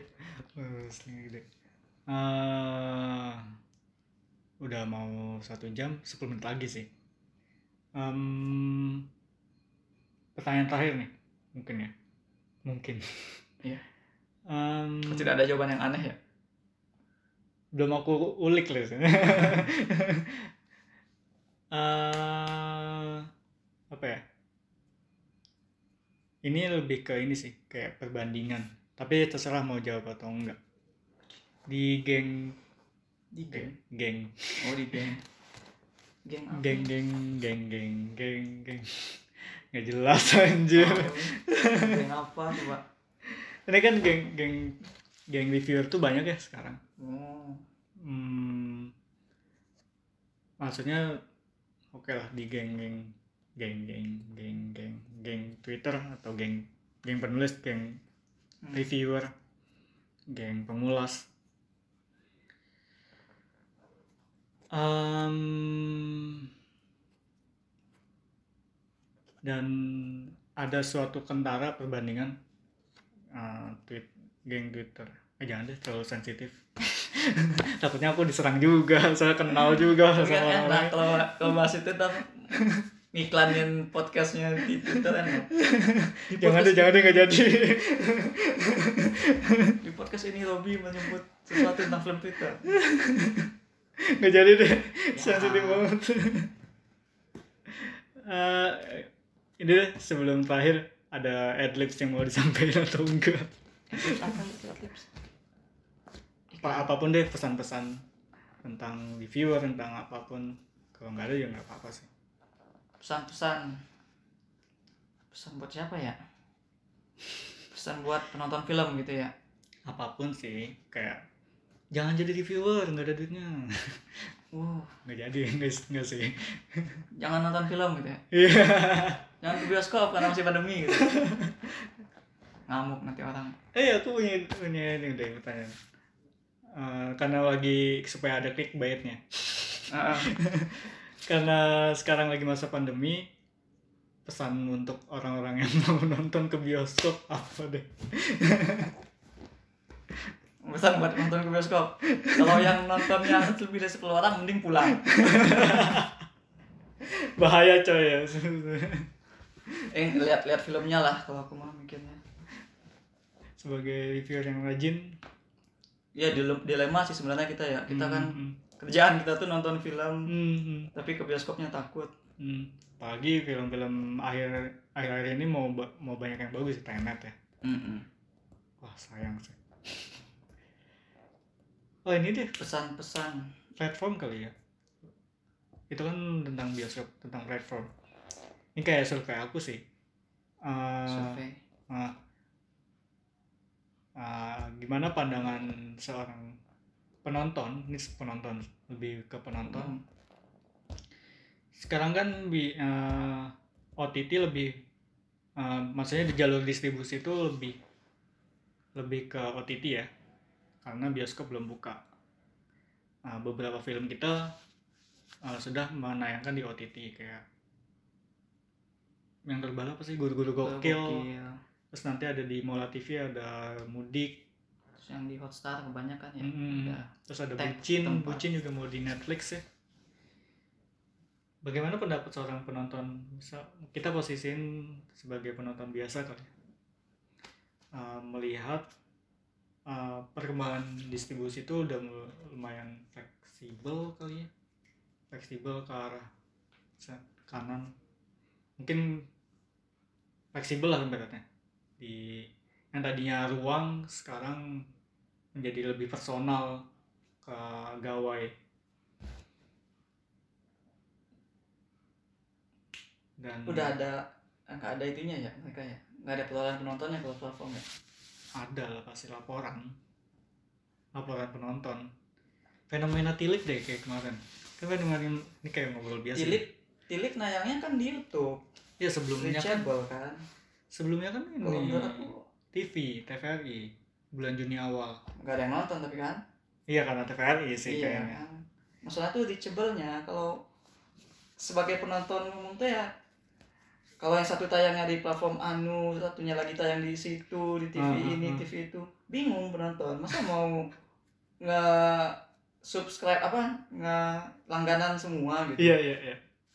Udah mau 1 jam 10 menit lagi sih. Pertanyaan terakhir nih, mungkin. Iya. Tidak ada jawaban yang aneh ya? Belum aku ulik lah. Apa ya? Ini lebih ke ini sih, kayak perbandingan. Tapi terserah mau jawab atau enggak. Di geng. Oh di geng. Geng. Nggak jelas anjir. Geng apa coba? Ini kan geng reviewer tuh banyak ya sekarang. Maksudnya oke lah di geng Twitter atau geng penulis, geng reviewer, geng pengulas. Dan ada suatu kentara perbandingan geng Twitter. Jangan deh, terlalu sensitif. Takutnya aku diserang juga, saya kenal juga Tapi sama kan orang. enak kalau bahas itu ntar ngiklanin podcastnya di Twitter enak. Jangan deh, nggak jadi. Di podcast ini Robby menyebut sesuatu tentang film Twitter. Nggak jadi deh, sensitif banget. Ini deh, sebelum terakhir ada adlibs yang mau disampaikan atau enggak? Apa itu tips? Apapun deh, pesan-pesan tentang reviewer, tentang apapun. Kalau nggak ada ya nggak apa-apa sih. Pesan buat siapa ya? Pesan buat penonton film gitu ya? Apapun sih, kayak jangan jadi reviewer, nggak ada duitnya. Nggak jadi, nggak sih. Jangan nonton film gitu ya? Iya. Jangan ke bioskop karena masih pandemi gitu. Ngamuk nanti orang. Aku punya ini deh pertanyaan. Karena lagi supaya ada clickbaitnya. Karena sekarang lagi masa pandemi, pesan untuk orang-orang yang mau nonton ke bioskop apa deh? Pesan buat nonton ke bioskop. Kalau yang nontonnya lebih dari 10 orang mending pulang. Bahaya coy ya. Lihat filmnya lah kalau aku mah mikirnya. Sebagai reviewer yang rajin, Ya dilema sih sebenarnya kita ya. Kita kan kerjaan kita tuh nonton film, tapi ke bioskopnya takut. Apalagi film-film akhir-akhir ini mau banyak yang bagus, Tenet ya. Wah sayang sih. Oh ini deh Pesan-pesan platform kali ya. Itu kan tentang bioskop, tentang platform. Ini kayak survei aku sih. survei. Gimana pandangan seorang penonton, ini penonton, lebih ke penonton. Sekarang kan OTT lebih, maksudnya di jalur distribusi itu lebih ke OTT ya, karena bioskop belum buka. Beberapa film kita sudah menayangkan di OTT, kayak yang terbaru apa sih, Guru-Guru Gokil. Terus nanti ada di Mola TV, ada Mudik. Terus yang di Hotstar kebanyakan ya. Terus ada Bucin juga mau di Netflix ya. Bagaimana pendapat seorang penonton? Misal kita posisiin sebagai penonton biasa kali ya. Melihat perkembangan distribusi itu udah lumayan fleksibel kali ya. Fleksibel ke arah kanan. Mungkin fleksibel lah ibaratnya. Yang tadinya ruang sekarang menjadi lebih personal ke gawai. Dan udah nggak ada itunya ya mereka ya, nggak ada penonton penontonnya kalau platform ya. Ada lah pasti laporan penonton. Fenomena Tilik deh kayak kemarin. Kan kemarin ini kayak ngobrol biasa. Tilik nayangnya kan di YouTube. Ya sebelumnya kan. Sebelumnya kan ini menurut aku TVRI bulan Juni awal. Nggak ada yang nonton tapi kan? Iya karena TVRI sih kayaknya. Kan? Masalah tuh reachable-nya. Kalau sebagai penonton umum tuh ya, kalau yang satu tayangnya di platform anu, satunya lagi tayang di situ, di TV ini, TV itu, bingung penonton. Masa mau nge-subscribe langganan semua gitu? Iya.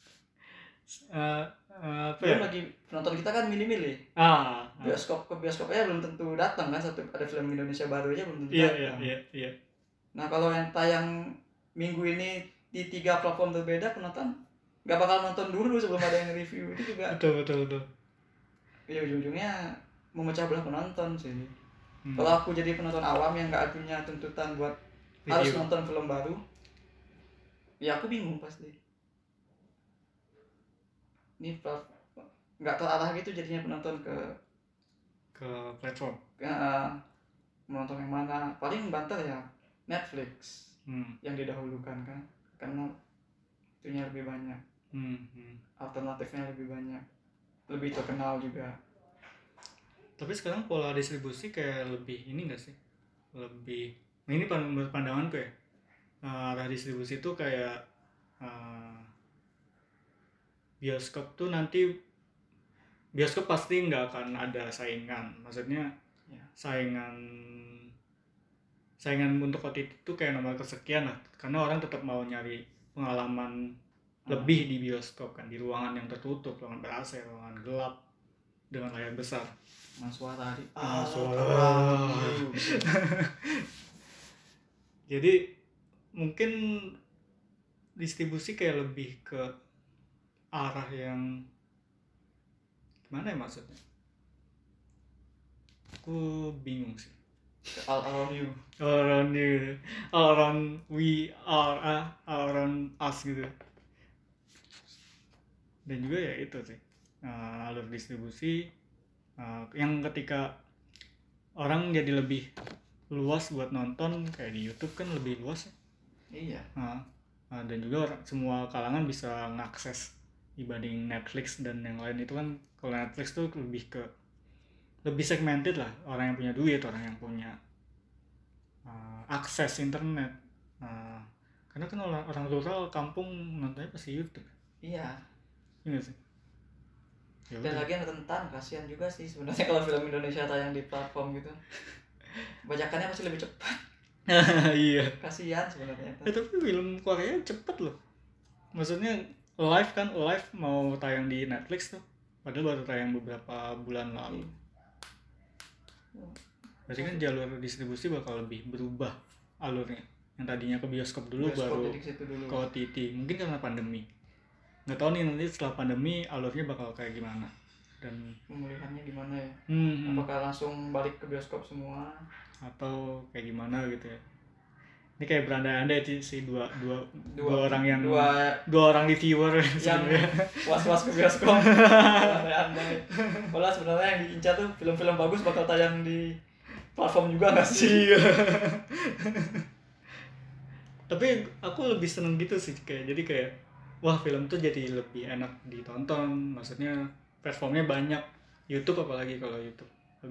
Belum lagi penonton kita kan milih-milih. Bioskop ke bioskop aja belum tentu datang kan, ada film Indonesia baru aja belum tentu datang. Iya. Nah kalau yang tayang minggu ini di 3 platform berbeda, penonton nggak bakal nonton dulu sebelum ada yang review. Itu juga betul. ya ujung-ujungnya memecah belah penonton sih. Kalau aku jadi penonton awam yang nggak punya tuntutan buat harus nonton film baru, ya aku bingung pasti. Ini nggak terarah gitu jadinya penonton ke platform. Menonton yang mana? Paling banter ya Netflix yang didahulukan kan, karena itunya lebih banyak. Alternatifnya lebih banyak, lebih terkenal juga. Tapi sekarang pola distribusi kayak lebih ini nggak sih? Lebih, ini menurut pandanganku ya, arah distribusi itu kayak bioskop tuh nanti bioskop pasti nggak akan ada saingan, maksudnya Ya. saingan untuk OTT itu kayak nomor kesekian lah, karena orang tetap mau nyari pengalaman lebih di bioskop kan, di ruangan yang tertutup, ruangan ber-AC, ruangan gelap dengan layar besar. Suara di Suara. Jadi mungkin distribusi kayak lebih ke arah yang gimana ya maksudnya? Aku bingung sih. all around you. All around we are, all around us gitu. Dan juga ya itu sih, alur distribusi yang ketika orang jadi lebih luas buat nonton, kayak di YouTube kan lebih luas ya. Iya. Dan juga semua kalangan bisa ngakses dibanding Netflix dan yang lain. Itu kan kalau Netflix tuh lebih segmented lah, orang yang punya duit, orang yang punya akses internet. Karena kan orang rural kampung nontonnya pasti YouTube. Iya. Iya sih. Ya Dan udah. lagi rentan, kasihan juga sih sebenarnya kalau film Indonesia tayang di platform gitu. Bajakannya pasti lebih cepat. Iya. Kasihan sebenarnya. Tapi film Korea cepet loh. Maksudnya live mau tayang di Netflix tuh, padahal baru tayang beberapa bulan lalu. Berarti kan jalur distribusi bakal lebih berubah alurnya. Yang tadinya ke bioskop dulu baru ke OTT. Mungkin karena pandemi. Nggak tahu nih nanti setelah pandemi alurnya bakal kayak gimana. Dan pemulihannya gimana ya? Apakah langsung balik ke bioskop semua? Atau kayak gimana gitu ya. Ini kayak berandai-andai sih dua orang reviewer yang was-was ke bioskop. Berandai-andai. Padahal sebenarnya yang diincar tuh film-film bagus bakal tayang di platform juga nggak sih? Tapi aku lebih seneng gitu sih, jadi kayak wah film tuh jadi lebih enak ditonton, maksudnya platformnya banyak. YouTube apalagi, kalau YouTube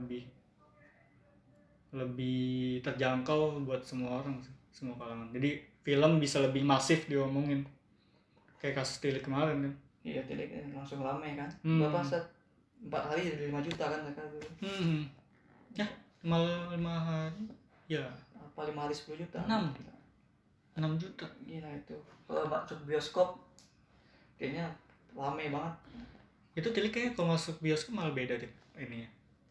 lebih terjangkau buat semua orang sih, semua kalangan. Jadi film bisa lebih masif diomongin, kayak kasus Tilik kemarin kan. Iya, Tilik langsung rame kan. Berapa 4 hari jadi 5 juta kan mereka dulu. Ya, 5 hari ya. Apa 5 hari 10 juta? 6 juta. Gila itu. Kalau masuk bioskop kayaknya rame banget. Itu Tilik kayaknya kalau masuk bioskop malah beda deh ininya.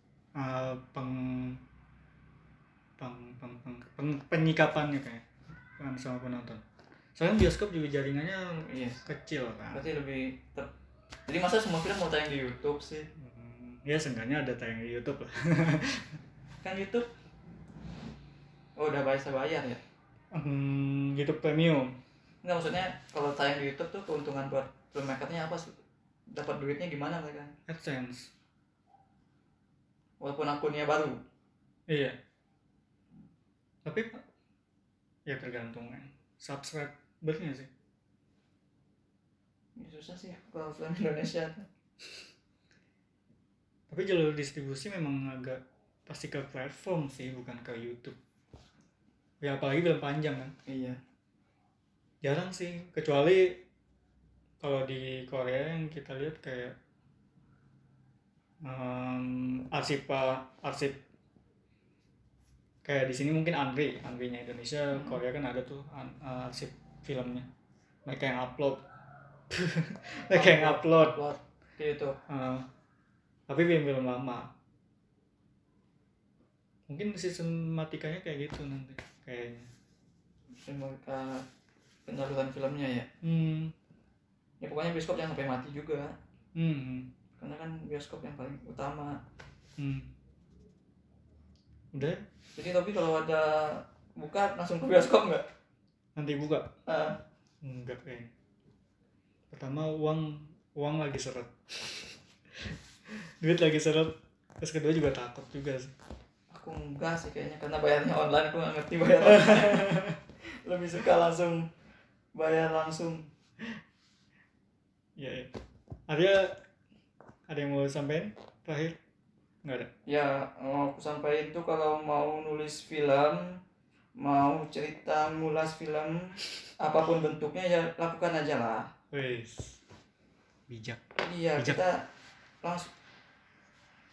Penyikapannya kayak sama penonton. Soalnya bioskop juga jaringannya kecil kan. Berarti lebih jadi masa semua film mau tayang di YouTube sih? Ya seenggaknya ada tayang di YouTube lah. Kan YouTube udah bayar ya? YouTube Premium. Enggak, maksudnya kalau tayang di YouTube tuh keuntungan buat filmmakernya apa sih? Dapat duitnya gimana mereka? AdSense. Walaupun akunnya baru. Iya. Tapi ya tergantung kan. Subscribernya sih. Ya, susah sih kalau film Indonesia. Tapi jalur distribusi memang agak pasti ke platform sih, bukan ke YouTube. Ya apalagi film panjang kan. Iya. Jarang sih, kecuali kalau di Korea yang kita lihat kayak arsip kayak di sini mungkin Anri-nya Indonesia. Korea kan ada tuh arsip filmnya, mereka yang upload kayak itu. Tapi film-film lama mungkin sistematikanya kayak gitu nanti kayaknya. Mereka penyaluran filmnya ya. Ya pokoknya bioskop jangan sampai mati juga. Karena kan bioskop yang paling utama. Udah. Jadi tapi kalau ada buka langsung ke bioskop nggak? Nanti buka? Enggak kayaknya. Pertama uang lagi seret. Duit lagi seret. Terus kedua juga takut juga sih. Aku enggak sih kayaknya, karena bayarnya online, aku nggak ngerti bayar online. Lebih suka langsung bayar langsung. Ya. Ada yang mau sampaikan terakhir? Nggak ada? Ya, mau aku sampaikan tuh kalau mau nulis film, mau cerita, ngulas film, apapun bentuknya ya lakukan aja lah. Wes. Bijak. Iya, kita langsung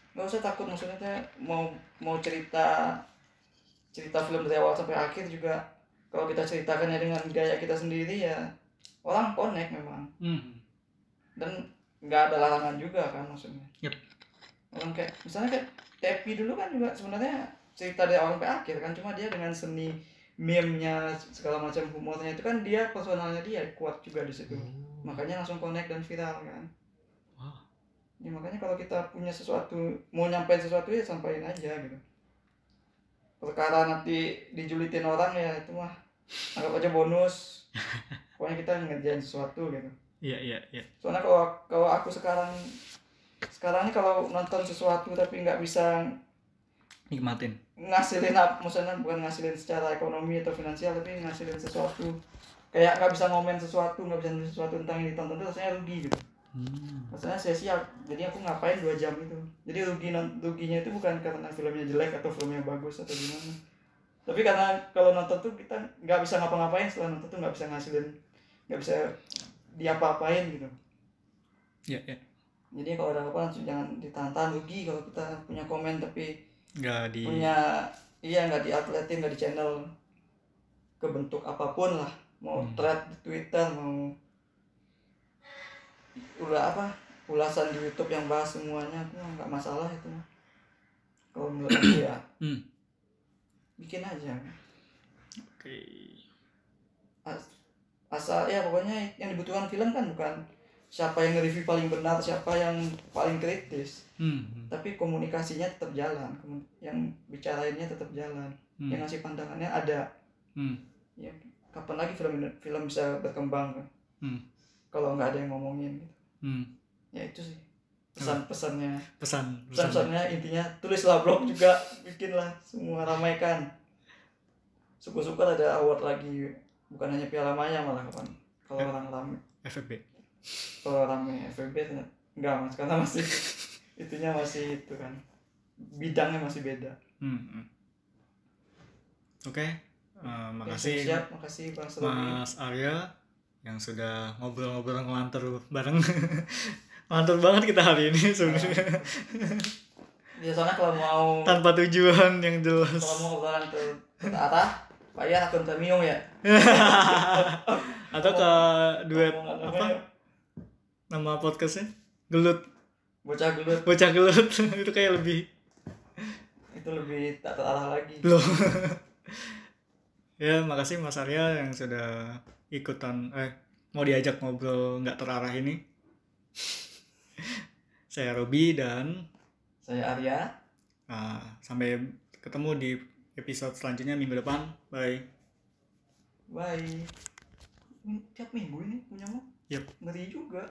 nggak usah takut, maksudnya teh mau cerita film dari awal sampai akhir juga kalau kita ceritakannya dengan gaya kita sendiri ya orang connect memang. Dan nggak ada larangan juga kan maksudnya. Yep. Orang kayak misalnya kayak Tepi dulu kan juga sebenarnya cerita dari awal sampai akhir kan, cuma dia dengan seni meme-nya segala macam humornya itu kan dia personalnya dia kuat juga di situ. Makanya langsung connect dan viral kan. Wah. Ya makanya kalau kita punya sesuatu, mau nyampein sesuatu ya sampaikan aja gitu. Perkara nanti dijulitin orang ya itu mah anggap aja bonus. Pokoknya kita ngerjain sesuatu gitu. Iya. Soalnya kalau aku sekarang ini kalau nonton sesuatu tapi nggak bisa Nikmatin. ngasilin apa, maksudnya bukan ngasilin secara ekonomi atau finansial, tapi ngasilin sesuatu kayak nggak bisa ngomen sesuatu, nggak bisa nulis sesuatu tentang yang ditonton itu rasanya rugi gitu. Rasanya sia-sia. Jadi aku ngapain 2 jam itu. Jadi ruginya itu bukan karena filmnya jelek atau filmnya bagus atau gimana, tapi karena kalau nonton tuh kita nggak bisa ngapa-ngapain setelah nonton tuh, nggak bisa ngasilin, nggak bisa diapa-apain gitu. Iya. Jadi kalau ada apa jangan ditantang, rugi kalau kita punya komen tapi Nggak di nggak diatletin, nggak di channel ke bentuk apapun lah, mau thread di Twitter, mau ulasan di YouTube yang bahas semuanya, itu nggak masalah itu. Kalau menurut aku ya bikin aja. Oke. Asal ya pokoknya yang dibutuhkan film kan bukan siapa yang nge-review paling benar, siapa yang paling kritis, tapi komunikasinya tetap jalan, yang bicarainnya tetap jalan, yang ngasih pandangannya ada. Ya kapan lagi film bisa berkembang kan? Kalau nggak ada yang ngomongin gitu. Ya itu sih pesannya intinya, tulislah blog juga, bikinlah semua, ramaikan. Syukur-syukur ada award lagi, bukan hanya Piala Maya malah kapan kalau orang rame FFB. Kalau rame FFB enggak mas, karena masih itunya masih itu kan, bidangnya masih beda. Oke. Makasih. Siap, makasih Mas Arya yang sudah ngobrol-ngobrol ngelantur bareng. Ngelantur banget kita hari ini sebenarnya. Ya soalnya kalau mau tanpa tujuan yang jelas. Kalau mau obrolan terarah, bayar akun premium ya. Atau ke duet apa? Nama podcastnya Gelut. Bocah Gelut. Itu kayak lebih. Itu lebih tak terarah lagi. Loh. Ya, makasih Mas Arya yang sudah ikutan mau diajak ngobrol nggak terarah ini. Saya Robi dan saya Arya. Sampai ketemu di episode selanjutnya minggu depan. Bye. Tiap minggu ini punyamu. Yep. Ngeri juga.